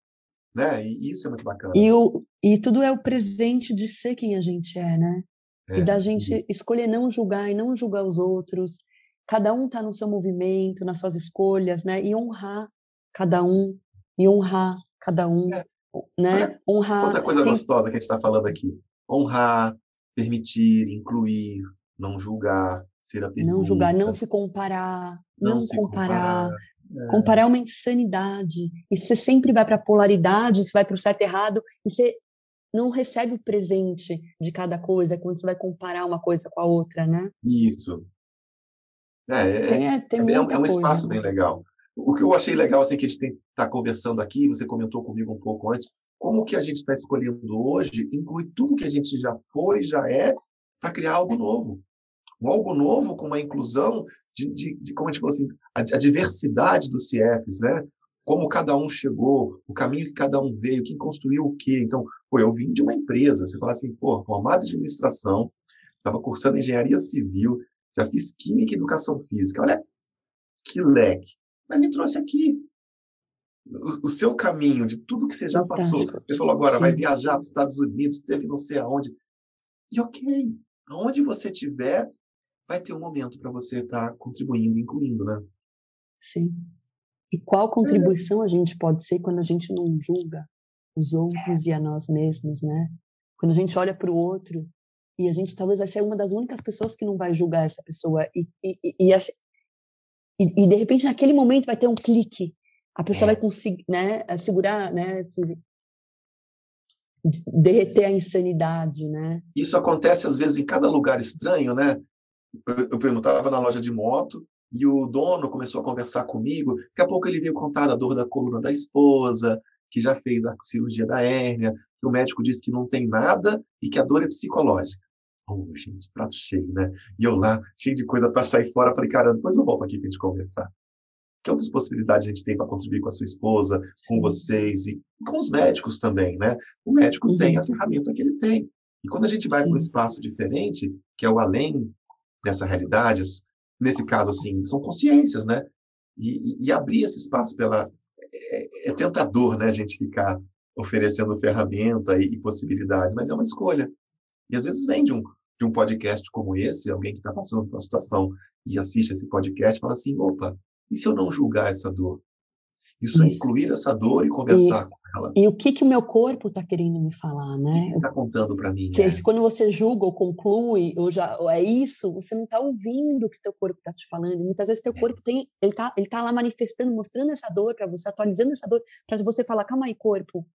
A: Né? E isso é muito bacana.
B: E, o, e tudo é o presente de ser quem a gente é, né? É, e da gente sim. escolher não julgar e não julgar os outros. Cada um está no seu movimento, nas suas escolhas, né? E honrar cada um, e honrar cada um, é. né?
A: Olha,
B: honrar.
A: Outra coisa
B: Tem...
A: gostosa que a gente está falando aqui. Honrar, permitir, incluir, não julgar, ser a pergunta.
B: Não julgar, não se comparar, não,
A: não se
B: comparar.
A: comparar. É.
B: Comparar é uma insanidade. E você sempre vai para a polaridade, você vai para o certo e errado, e você não recebe o presente de cada coisa quando você vai comparar uma coisa com a outra, né?
A: Isso. É, é,
B: tem, é, tem
A: é,
B: muita
A: é um
B: coisa,
A: espaço
B: né?
A: bem legal. O que eu achei legal, assim, que a gente está conversando aqui, você comentou comigo um pouco antes, como que a gente está escolhendo hoje inclui tudo que a gente já foi, já é, para criar algo novo. Um algo novo com uma inclusão de, de, de como a gente falou assim, a, a diversidade dos C Fs, né? Como cada um chegou, o caminho que cada um veio, quem construiu o quê. Então, pô, eu vim de uma empresa, você fala assim, pô, formado em administração, estava cursando engenharia civil, já fiz química e educação física. Olha que leque. Mas me trouxe aqui. O, o seu caminho, de tudo que você já
B: Fantástico.
A: passou. Você falou agora,
B: Sim.
A: vai viajar para os Estados Unidos, teve não sei aonde. E ok, aonde você estiver, vai ter um momento para você estar tá contribuindo, incluindo, né?
B: Sim. E qual contribuição é. a gente pode ser quando a gente não julga os outros e a nós mesmos, né? Quando a gente olha para o outro e a gente talvez vai ser uma das únicas pessoas que não vai julgar essa pessoa e, e, e, e, e, e de repente naquele momento vai ter um clique, a pessoa é. vai conseguir, né, segurar, né, se, derreter a insanidade, né?
A: Isso acontece às vezes em cada lugar estranho, né? Eu, eu perguntava na loja de moto e o dono começou a conversar comigo. Daqui a pouco ele veio contar da dor da coluna da esposa, que já fez a cirurgia da hérnia, que o médico disse que não tem nada e que a dor é psicológica. Oh, gente, prato cheio, né? E eu lá, cheio de coisa para sair fora, falei, cara, depois eu volto aqui para a gente conversar. Que outras possibilidades a gente tem para contribuir com a sua esposa, Sim. com vocês e com os médicos também, né? O médico uhum. tem a ferramenta que ele tem. E quando a gente vai para um espaço diferente, que é o além dessa realidade, nesse caso, assim, são consciências, né? E, e, e abrir esse espaço pela... É, é tentador, né? A gente ficar oferecendo ferramenta e, e possibilidade, mas é uma escolha. E às vezes vem de um, de um podcast como esse, alguém que está passando por uma situação e assiste esse podcast e fala assim, opa, e se eu não julgar essa dor? Isso, Isso. é incluir essa dor e conversar
B: e,
A: com ela.
B: E o que que o meu corpo está querendo me falar, né?
A: O que está contando para mim?
B: Que
A: é?
B: Quando você julga ou conclui, ou, já, ou é isso, você não está ouvindo o que teu corpo está te falando. Muitas vezes teu é. corpo tem, ele está ele tá lá manifestando, mostrando essa dor para você, atualizando essa dor, para você falar, calma aí, corpo,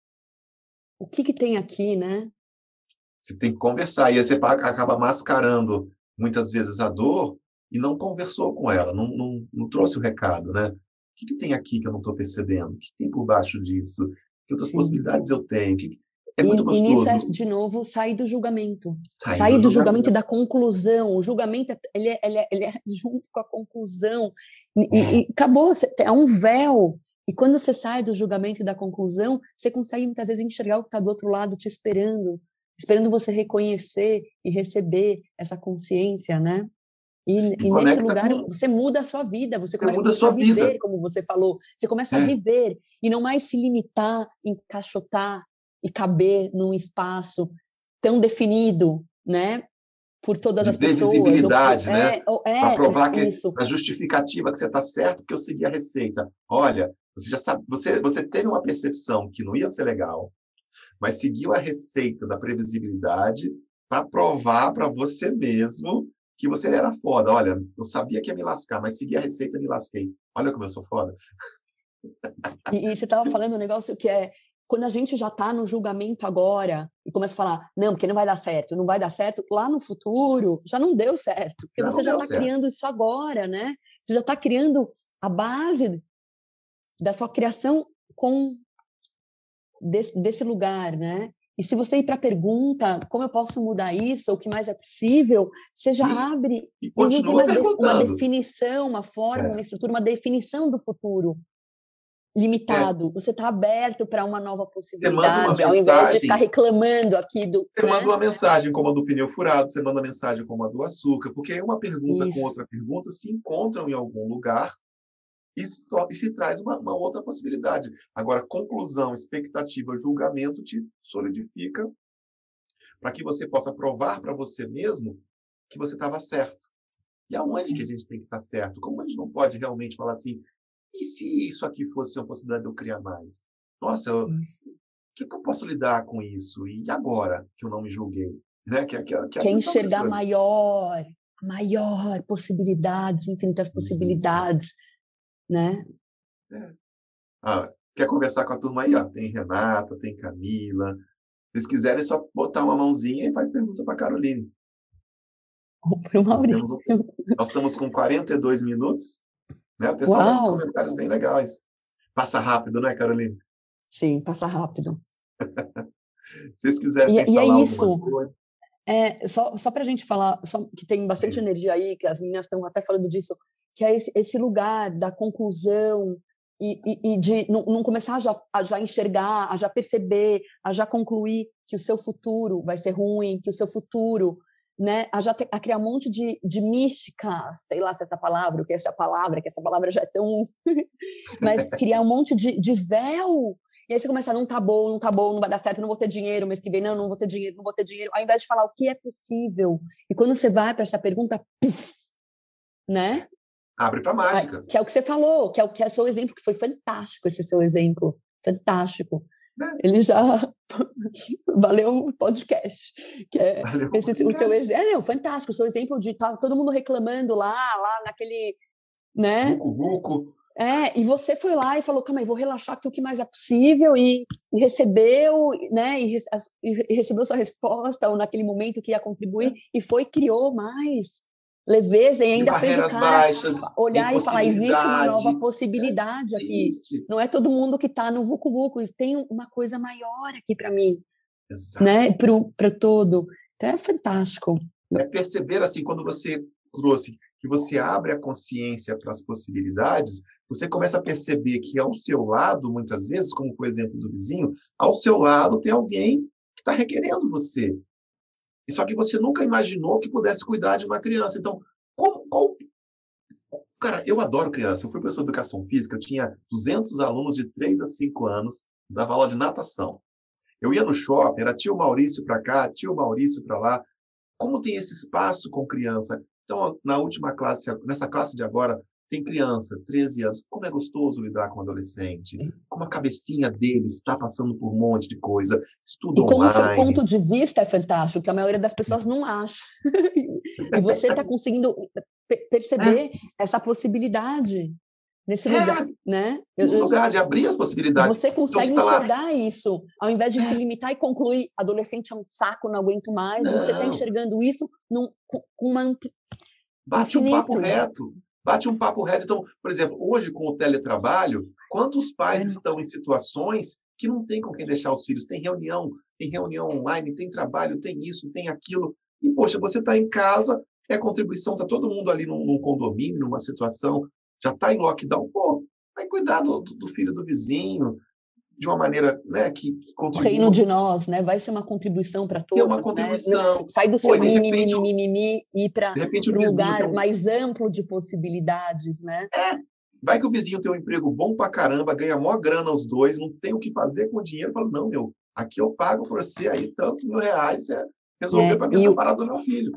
B: o que que tem aqui, né?
A: Você tem que conversar, e aí você acaba mascarando muitas vezes a dor e não conversou com ela, não, não, não trouxe o recado, né? O que, que tem aqui que eu não estou percebendo? O que tem por baixo disso? Que outras Sim. possibilidades eu tenho? Que... É muito
B: e,
A: gostoso.
B: E nisso é, de novo, sair do julgamento.
A: Sair,
B: sair do,
A: do
B: julgamento.
A: julgamento
B: e da conclusão. O julgamento, ele é, ele é, ele é junto com a conclusão. E, é. e acabou, é um véu. E quando você sai do julgamento e da conclusão, você consegue muitas vezes enxergar o que está do outro lado te esperando. Esperando você reconhecer e receber essa consciência, né? E, e, e nesse lugar, com... você muda a sua vida, você, você começa
A: muda a, sua
B: a viver,
A: vida.
B: como você falou. Você começa é. a viver e não mais se limitar, encaixotar e caber num espaço tão definido, né? por todas
A: de
B: as pessoas.
A: previsibilidade,
B: Ou,
A: né?
B: é, ou, é,
A: Para provar que
B: isso.
A: a justificativa que você está certo, que eu segui a receita. Olha, você já sabe, você, você teve uma percepção que não ia ser legal, mas seguiu a receita da previsibilidade para provar para você mesmo que você era foda. Olha, eu sabia que ia me lascar, mas segui a receita e me lasquei. Olha como eu sou foda.
B: E, e você estava falando um negócio que é, quando a gente já está no julgamento agora e começa a falar, não, porque não vai dar certo, não vai dar certo, lá no futuro já não deu certo, porque
A: Já
B: você
A: não
B: já
A: deu
B: está
A: certo.
B: criando isso agora, né? Você já está criando a base da sua criação com desse, desse lugar, né? E se você ir para a pergunta, como eu posso mudar isso, ou o que mais é possível, você já
A: E,
B: abre,
A: e
B: e não tem
A: continua
B: mais def, uma
A: perguntando.
B: definição, uma forma, uma
A: É,
B: estrutura, uma definição do futuro
A: é,
B: limitado. Você está aberto para uma nova
A: você manda uma
B: possibilidade, ao invés de ficar
A: mensagem,
B: reclamando aqui do,
A: você manda
B: né?
A: uma mensagem como a do pneu furado, você manda uma mensagem como a do açúcar, porque aí uma pergunta com
B: Isso.
A: outra pergunta se encontram em algum lugar e se, e se traz uma, uma outra possibilidade. Agora, conclusão, expectativa, julgamento te solidifica para que você possa provar para você mesmo que você estava certo. E aonde que a gente tem que estar certo? Como a gente não pode realmente falar assim, e se isso aqui fosse uma possibilidade de eu criar mais? Nossa, o que, que eu posso lidar com isso? E agora que eu não me julguei? Né? Que, que, que é a
B: Quer
A: questão que você
B: enxergar
A: trouxe.
B: maior, maior possibilidades, infinitas
A: Isso.
B: possibilidades, né?
A: É. Ah, quer conversar com a turma aí? Ó, tem Renata, tem Camila. Se vocês quiserem, é só botar uma mãozinha e faz pergunta para a Caroline.
B: Para o
A: Nós,
B: Maurício.
A: temos, nós estamos com quarenta e dois minutos. Né? O pessoal está nos
B: Uau!
A: comentários bem legais. Passa rápido, né, Caroline?
B: Sim, passa rápido.
A: Se vocês quiserem
B: E, e é
A: falar alguma
B: isso.
A: coisa.
B: É, só só para a gente falar, só, que tem bastante
A: Isso.
B: energia aí, que as meninas estão até falando disso, que é esse, esse lugar da conclusão e, e, e de não, não começar a já, a já enxergar, a já perceber, a já concluir que o seu futuro vai ser ruim, que o seu futuro, né, a já ter, a criar um monte de, de mística, sei lá se é essa palavra, o que é essa palavra, que essa palavra já é tão... mas criar um monte de, de véu. E aí você começa, não tá bom, não tá bom, não vai dar certo, não vou ter dinheiro mês que vem, não, não vou ter dinheiro, não vou ter dinheiro, ao invés de falar o que é possível. E quando você vai para essa pergunta, puff, né?
A: Abre para mágica.
B: Que é o que você falou, que é o que é seu exemplo, que foi fantástico esse seu exemplo, fantástico.
A: Né?
B: Ele já valeu o podcast, que é
A: Valeu,
B: esse, o seu exemplo, é, não, fantástico, o seu exemplo de tá todo mundo reclamando lá, lá naquele, né?
A: Vucu, vucu.
B: É, e você foi lá e falou, calma aí, vou relaxar aqui o que mais é possível, e, e recebeu, né, e, e, recebeu sua resposta, ou naquele momento que ia contribuir, é. E foi, criou mais leveza, e ainda
A: e
B: fez o cara
A: baixas,
B: olhar e falar, existe uma nova possibilidade
A: é,
B: aqui, não é todo mundo que está no vucu-vucu, tem uma coisa maior aqui para mim, exato, né, para o todo, então é fantástico.
A: É perceber, assim, quando você trouxe, que você abre a consciência para as possibilidades, você começa a perceber que ao seu lado, muitas vezes, como por exemplo do vizinho, ao seu lado tem alguém que está requerendo você. E só que você nunca imaginou que pudesse cuidar de uma criança. Então, como, qual... Cara, eu adoro criança. Eu fui professor de educação física, eu tinha duzentos alunos de três a cinco anos, dava aula de natação. Eu ia no shopping, era tio Maurício para cá, tio Maurício para lá. Como tem esse espaço com criança? Então, na última classe, nessa classe de agora, tem criança, treze anos. Como é gostoso lidar com um adolescente. Como a cabecinha deles está passando por um monte de coisa. Estudo
B: e como
A: online.
B: o seu ponto de vista é fantástico, que a maioria das pessoas não acha. E você está conseguindo perceber é. essa possibilidade nesse é. lugar, né?
A: Nesse eu, lugar de abrir as possibilidades.
B: Você consegue então, você enxergar tá isso, ao invés de é. se limitar e concluir, adolescente é um saco, não aguento mais, não. Você está enxergando isso num, com uma...
A: Bate infinito. um papo reto. Bate um papo reto. Então, por exemplo, hoje com o teletrabalho, quantos pais é. estão em situações que não tem com quem deixar os filhos? Tem reunião, tem reunião online, tem trabalho, tem isso, tem aquilo. E, poxa, você está em casa, é contribuição, está todo mundo ali num, num condomínio, numa situação, já está em lockdown, pô, vai cuidar do, do filho do vizinho, de uma maneira, né, que, que
B: contribua. O reino de nós, né, vai ser uma contribuição para todos,
A: é uma contribuição.
B: Né? Sai do seu mimimi, mimimi, mimimi e ir para um lugar um... mais amplo de possibilidades, né?
A: É, vai que o vizinho tem um emprego bom pra caramba, ganha mó grana os dois, não tem o que fazer com o dinheiro, fala, não, meu, aqui eu pago para você aí tantos mil reais, você resolveu é, para mim essa o... parada do meu filho.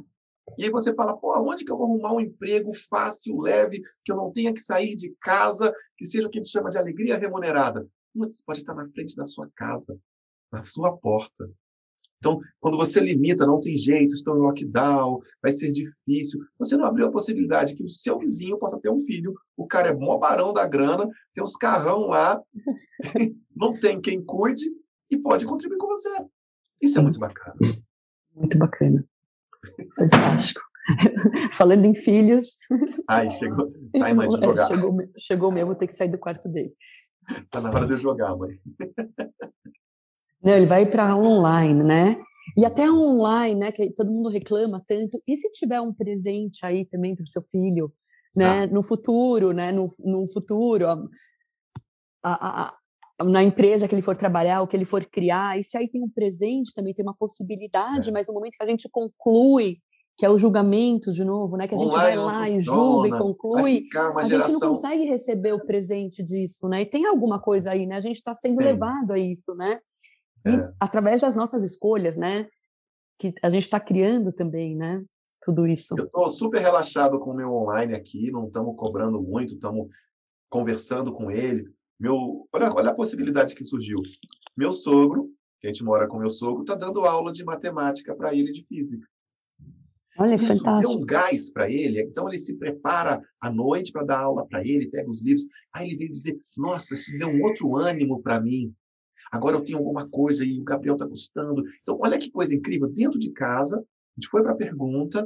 A: E aí você fala, pô, aonde que eu vou arrumar um emprego fácil, leve, que eu não tenha que sair de casa, que seja o que a gente chama de alegria remunerada? Você pode estar na frente da sua casa, na sua porta. Então, quando você limita, não tem jeito, estou em lockdown, vai ser difícil, você não abriu a possibilidade que o seu vizinho possa ter um filho, o cara é mó barão da grana, tem uns carrão lá, não tem quem cuide e pode contribuir com você. Isso é muito bacana.
B: Muito bacana. Fantástico. Falando em filhos...
A: Ai, chegou. Sai, mãe, de jogar.
B: Chegou, chegou o meu, vou ter que sair do quarto dele.
A: Tá na hora de eu jogar, mãe.
B: Não, ele vai para online, né? E até online, né? Que todo mundo reclama tanto. E se tiver um presente aí também para o seu filho, né? No futuro, né? No, no futuro, a, a, a, na empresa que ele for trabalhar, ou que ele for criar, e se aí tem um presente, também tem uma possibilidade, é. Mas no momento que a gente conclui, que é o julgamento de novo, né? Que a gente
A: online
B: vai lá
A: funciona,
B: e julga e conclui, a
A: geração...
B: gente não consegue receber o presente disso, né? E tem alguma coisa aí, né? A gente está sendo tem. levado a isso, né? E é. através das nossas escolhas, né? Que a gente está criando também, né? Tudo isso.
A: Eu estou super relaxado com o meu online aqui, não estamos cobrando muito, estamos conversando com ele. Meu, olha, olha a possibilidade que surgiu. Meu sogro, que a gente mora com meu sogro, está dando aula de matemática para ele, de física.
B: Olha,
A: isso
B: fantástico.
A: deu um gás para ele, então ele se prepara à noite para dar aula para ele, pega os livros. Aí ele veio dizer, nossa, isso deu um outro ânimo para mim. Agora eu tenho alguma coisa e o Gabriel está gostando. Então, olha que coisa incrível. Dentro de casa, a gente foi para a pergunta,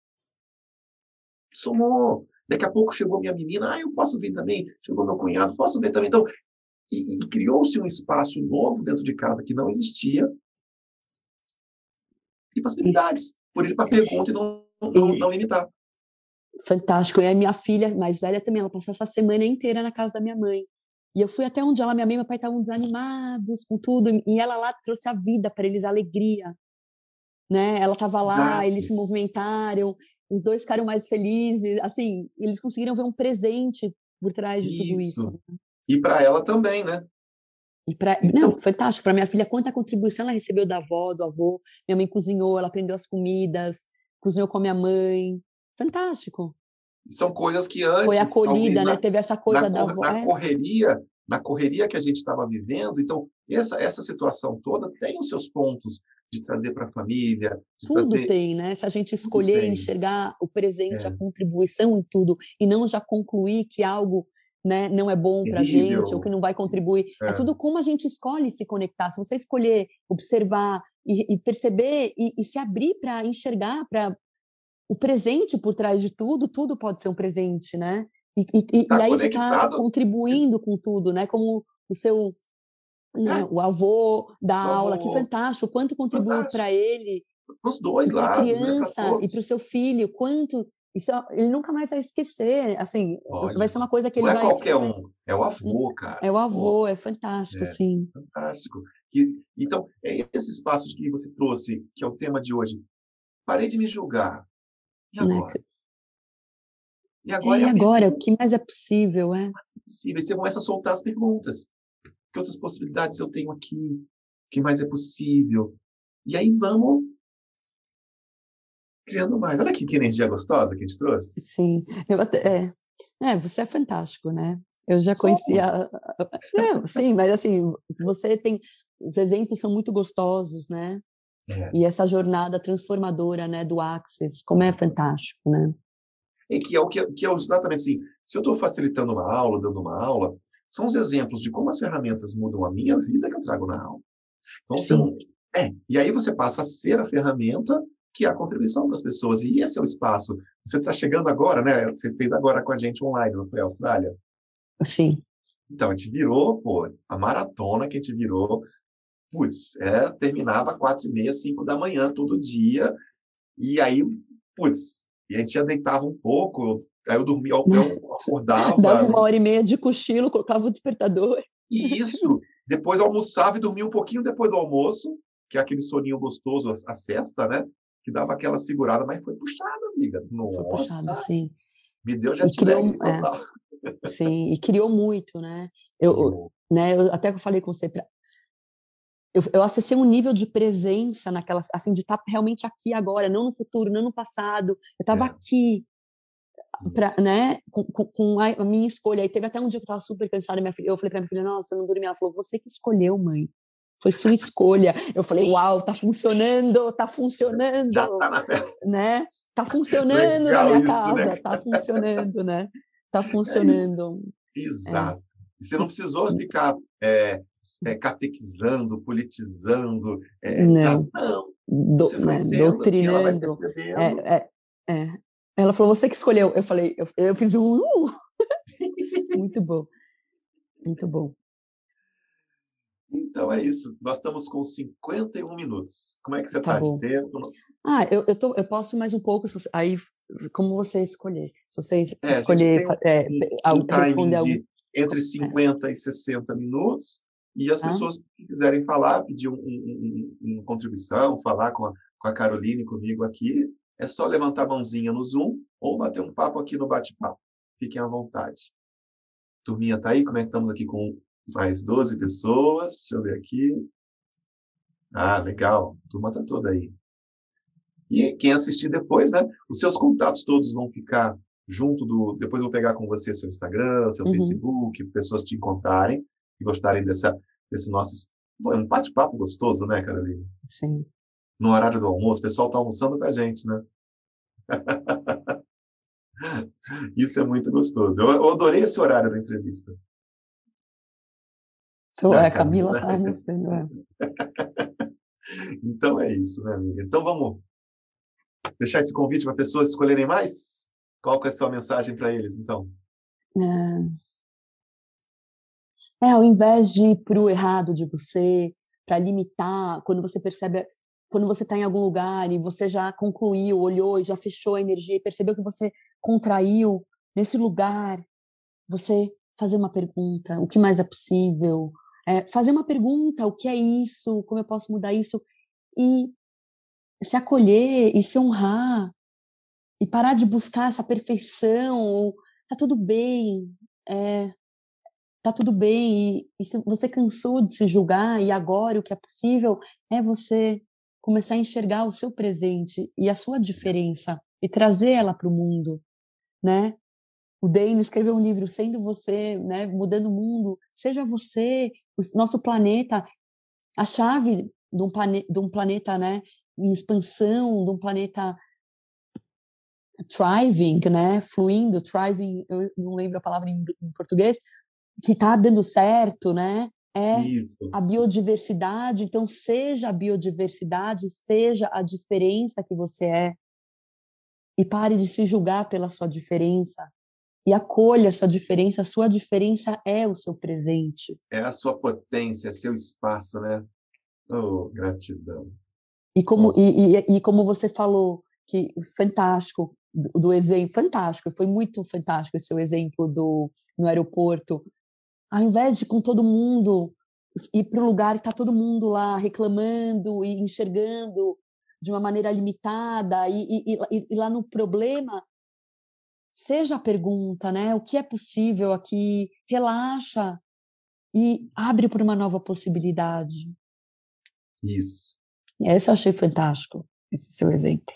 A: somou. Daqui a pouco chegou minha menina, ah, eu posso vir também. Chegou meu cunhado, posso vir também. Então, e, e criou-se um espaço novo dentro de casa que não existia e possibilidades. Isso. Por ir para a pergunta e não, não, e... não limitar.
B: Fantástico. E a minha filha mais velha também, ela passou essa semana inteira na casa da minha mãe. E eu fui até onde ela, minha mãe e meu pai estavam desanimados com tudo, e ela lá trouxe a vida para eles, a alegria, né? Ela estava lá, Exato. Eles se movimentaram, os dois ficaram mais felizes, assim, eles conseguiram ver um presente por trás de
A: isso.
B: tudo isso.
A: E para ela também, né?
B: E pra, então, não, fantástico. Para minha filha, quanta contribuição ela recebeu da avó, do avô. Minha mãe cozinhou, ela aprendeu as comidas, cozinhou com a minha mãe. Fantástico.
A: São coisas que antes...
B: Foi acolhida, né? Na, Teve essa coisa da
A: avó. Na é. correria, na correria que a gente estava vivendo. Então, essa, essa situação toda tem os seus pontos de trazer para a família. De
B: tudo
A: trazer...
B: tem, né? Se a gente escolher enxergar o presente, é. a contribuição em tudo, e não já concluir que algo... Né, não é bom para a gente, ou que não vai contribuir. É. é tudo como a gente escolhe se conectar. Se você escolher observar e, e perceber e, e se abrir para enxergar para o presente por trás de tudo, tudo pode ser um presente, né? E, e, tá e aí conectado. Você está contribuindo com tudo, né? Como o seu né, é. o avô da o aula, avô. Que fantástico, quanto contribuiu para ele,
A: para os dois
B: lados,
A: para
B: a criança né, e para o seu filho, quanto isso ele nunca mais vai esquecer, assim, Olha, vai ser uma coisa que ele
A: não
B: vai...
A: Não é qualquer um, é o avô, cara.
B: É o avô, Pô. É fantástico, é, sim.
A: Fantástico. E, então, é esse espaço que você trouxe, que é o tema de hoje. Parei de me julgar. E agora?
B: Né?
A: E agora,
B: é, e agora? O que mais é possível, é?
A: é possível. E você começa a soltar as perguntas. Que outras possibilidades eu tenho aqui? O que mais é possível? E aí vamos... criando mais. Olha aqui que energia gostosa que a gente trouxe.
B: Sim. Eu até, é. é, você é fantástico, né? Eu já Somos. conhecia... Não, sim, mas assim, você tem... Os exemplos são muito gostosos, né? É. E essa jornada transformadora, né, do Access, como é fantástico, né?
A: E que é o que, que é exatamente assim, se eu estou facilitando uma aula, dando uma aula, são os exemplos de como as ferramentas mudam a minha vida que eu trago na aula. Então, você não... É, e aí você passa a ser a ferramenta que é a contribuição para as pessoas. E esse é o espaço. Você está chegando agora, né? Você fez agora com a gente online, não foi, Austrália?
B: Sim.
A: Então, a gente virou, pô, a maratona que a gente virou, putz, é, terminava às quatro e meia, cinco da manhã, todo dia. E aí, putz, e a gente já deitava um pouco, aí eu dormia, eu acordava...
B: Dava uma hora e meia de cochilo, colocava o despertador.
A: E isso, depois almoçava e dormia um pouquinho depois do almoço, que é aquele soninho gostoso, a, a sesta, né? Que dava aquela segurada, mas foi puxada, amiga. Nossa!
B: Foi puxado, sim.
A: Me deu já
B: criou, é, Sim, e criou muito, né? Eu, né, eu até que eu falei com você, pra, eu, eu acessei um nível de presença naquela, assim, de estar realmente aqui agora, não no futuro, não no passado. Eu estava
A: É.
B: aqui, pra, né, com, com, com a minha escolha. Aí teve até um dia que eu estava super cansada, minha filha, eu falei para minha filha, nossa, eu não dormi. Ela falou, você que escolheu, mãe. Foi sua escolha. Eu falei, uau, tá funcionando, tá funcionando,
A: Já tá na...
B: né? Tá funcionando na
A: Legal
B: minha
A: isso,
B: casa,
A: né?
B: tá funcionando, né? Tá
A: É isso.
B: funcionando.
A: Exato. E você não
B: É.
A: precisou ficar é, é, catequizando, politizando, é,
B: Não,
A: trazendo.
B: do,
A: Você foi
B: né,
A: sendo e ela vai
B: doutrinando.
A: percebendo.
B: É, é, é. Ela falou, você que escolheu. Eu falei, eu, eu fiz um uh! Muito bom, muito bom.
A: Então é isso. Nós estamos com cinquenta e um minutos. Como é que você
B: Tá
A: está de
B: bom.
A: tempo?
B: Ah, eu, eu, tô, eu posso mais um pouco, se você, aí, como você escolher. Se você
A: É, a gente
B: escolher
A: tem um,
B: é,
A: um, um
B: responder
A: timing
B: algum.
A: de entre
B: É,
A: cinquenta e sessenta minutos, e as
B: tá?
A: pessoas que quiserem falar, pedir um, um, um, uma contribuição, falar com a, com a Caroline, comigo aqui, é só levantar a mãozinha no Zoom ou bater um papo aqui no bate-papo. Fiquem à vontade. Turminha, tá aí? Como é que estamos aqui com mais doze pessoas? Deixa eu ver aqui. Ah, legal. A turma está toda aí. E quem assistir depois, né? Os seus contatos todos vão ficar junto do... Depois eu vou pegar com você seu Instagram, seu
B: Uhum.
A: Facebook, pessoas te encontrarem e gostarem dessa, desse nosso... Pô, é um bate-papo gostoso, né, Carolina?
B: Sim.
A: No horário do almoço, o pessoal está almoçando com a gente, né? Isso é muito gostoso. Eu, eu adorei esse horário da entrevista.
B: Tô,
A: Ah,
B: é, Camila
A: Camila.
B: tá almoçando. É.
A: Então é isso, né, amiga? Então vamos deixar esse convite para pessoas escolherem mais? Qual que é a sua mensagem para eles, então?
B: É. É, ao invés de ir para o errado de você, para limitar, quando você percebe, quando você está em algum lugar e você já concluiu, olhou e já fechou a energia e percebeu que você contraiu nesse lugar, você fazer uma pergunta, o que mais é possível? É, fazer uma pergunta, o que é isso? Como eu posso mudar isso? E se acolher e se honrar e parar de buscar essa perfeição, ou tá tudo bem, é, tá tudo bem, e, e se você cansou de se julgar, e agora o que é possível é você começar a enxergar o seu presente e a sua
A: Yes.
B: diferença e trazer ela para o mundo, né? O Dane escreveu um livro, Sendo Você, né? Mudando o mundo. Seja você, o nosso planeta, a chave de um, plane, de um planeta, né? Em expansão, de um planeta thriving, né? Fluindo, thriving, eu não lembro a palavra em, em português, que está dando certo, né? É
A: Isso.
B: a biodiversidade. Então, seja a biodiversidade, seja a diferença que você é, e pare de se julgar pela sua diferença, e acolha a sua diferença. A sua diferença é o seu presente.
A: É a sua potência, é seu espaço, né? Oh, gratidão.
B: E como,
A: Nossa.
B: e, e, e como você falou, que fantástico, do, do exemplo, fantástico, foi muito fantástico esse seu exemplo do, no aeroporto. Ao invés de com todo mundo ir para o lugar que está todo mundo lá reclamando e enxergando de uma maneira limitada, e, e, e, e lá no problema, seja a pergunta, né? O que é possível aqui? Relaxa e abre para uma nova possibilidade.
A: Isso.
B: Esse eu achei fantástico, esse seu exemplo.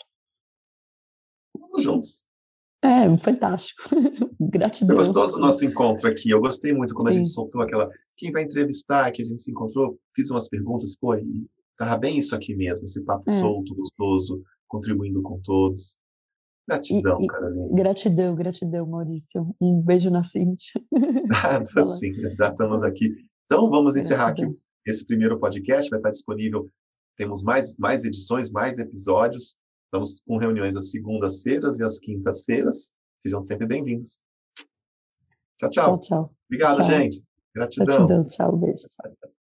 A: Vamos juntos.
B: É, fantástico.
A: Foi
B: Gratidão.
A: gostoso o nosso encontro aqui. Eu gostei muito quando a gente
B: Sim.
A: soltou aquela... Quem vai entrevistar, que a gente se encontrou, fiz umas perguntas, pô, e tava bem isso aqui mesmo, esse papo
B: É.
A: solto, gostoso, contribuindo com todos.
B: E,
A: Gratidão,
B: e
A: Carolina.
B: gratidão, gratidão, Maurício. Um beijo na Cíntia.
A: Nada
B: Fala.
A: assim, já estamos aqui. Então, vamos encerrar aqui
B: Gratidão.
A: esse primeiro podcast, vai estar disponível. Temos mais, mais edições, mais episódios. Estamos com reuniões às segundas-feiras e às quintas-feiras. Sejam sempre bem-vindos. Tchau,
B: Tchau,
A: tchau.
B: tchau.
A: Obrigado,
B: Tchau.
A: gente. Gratidão.
B: Gratidão, tchau, beijo.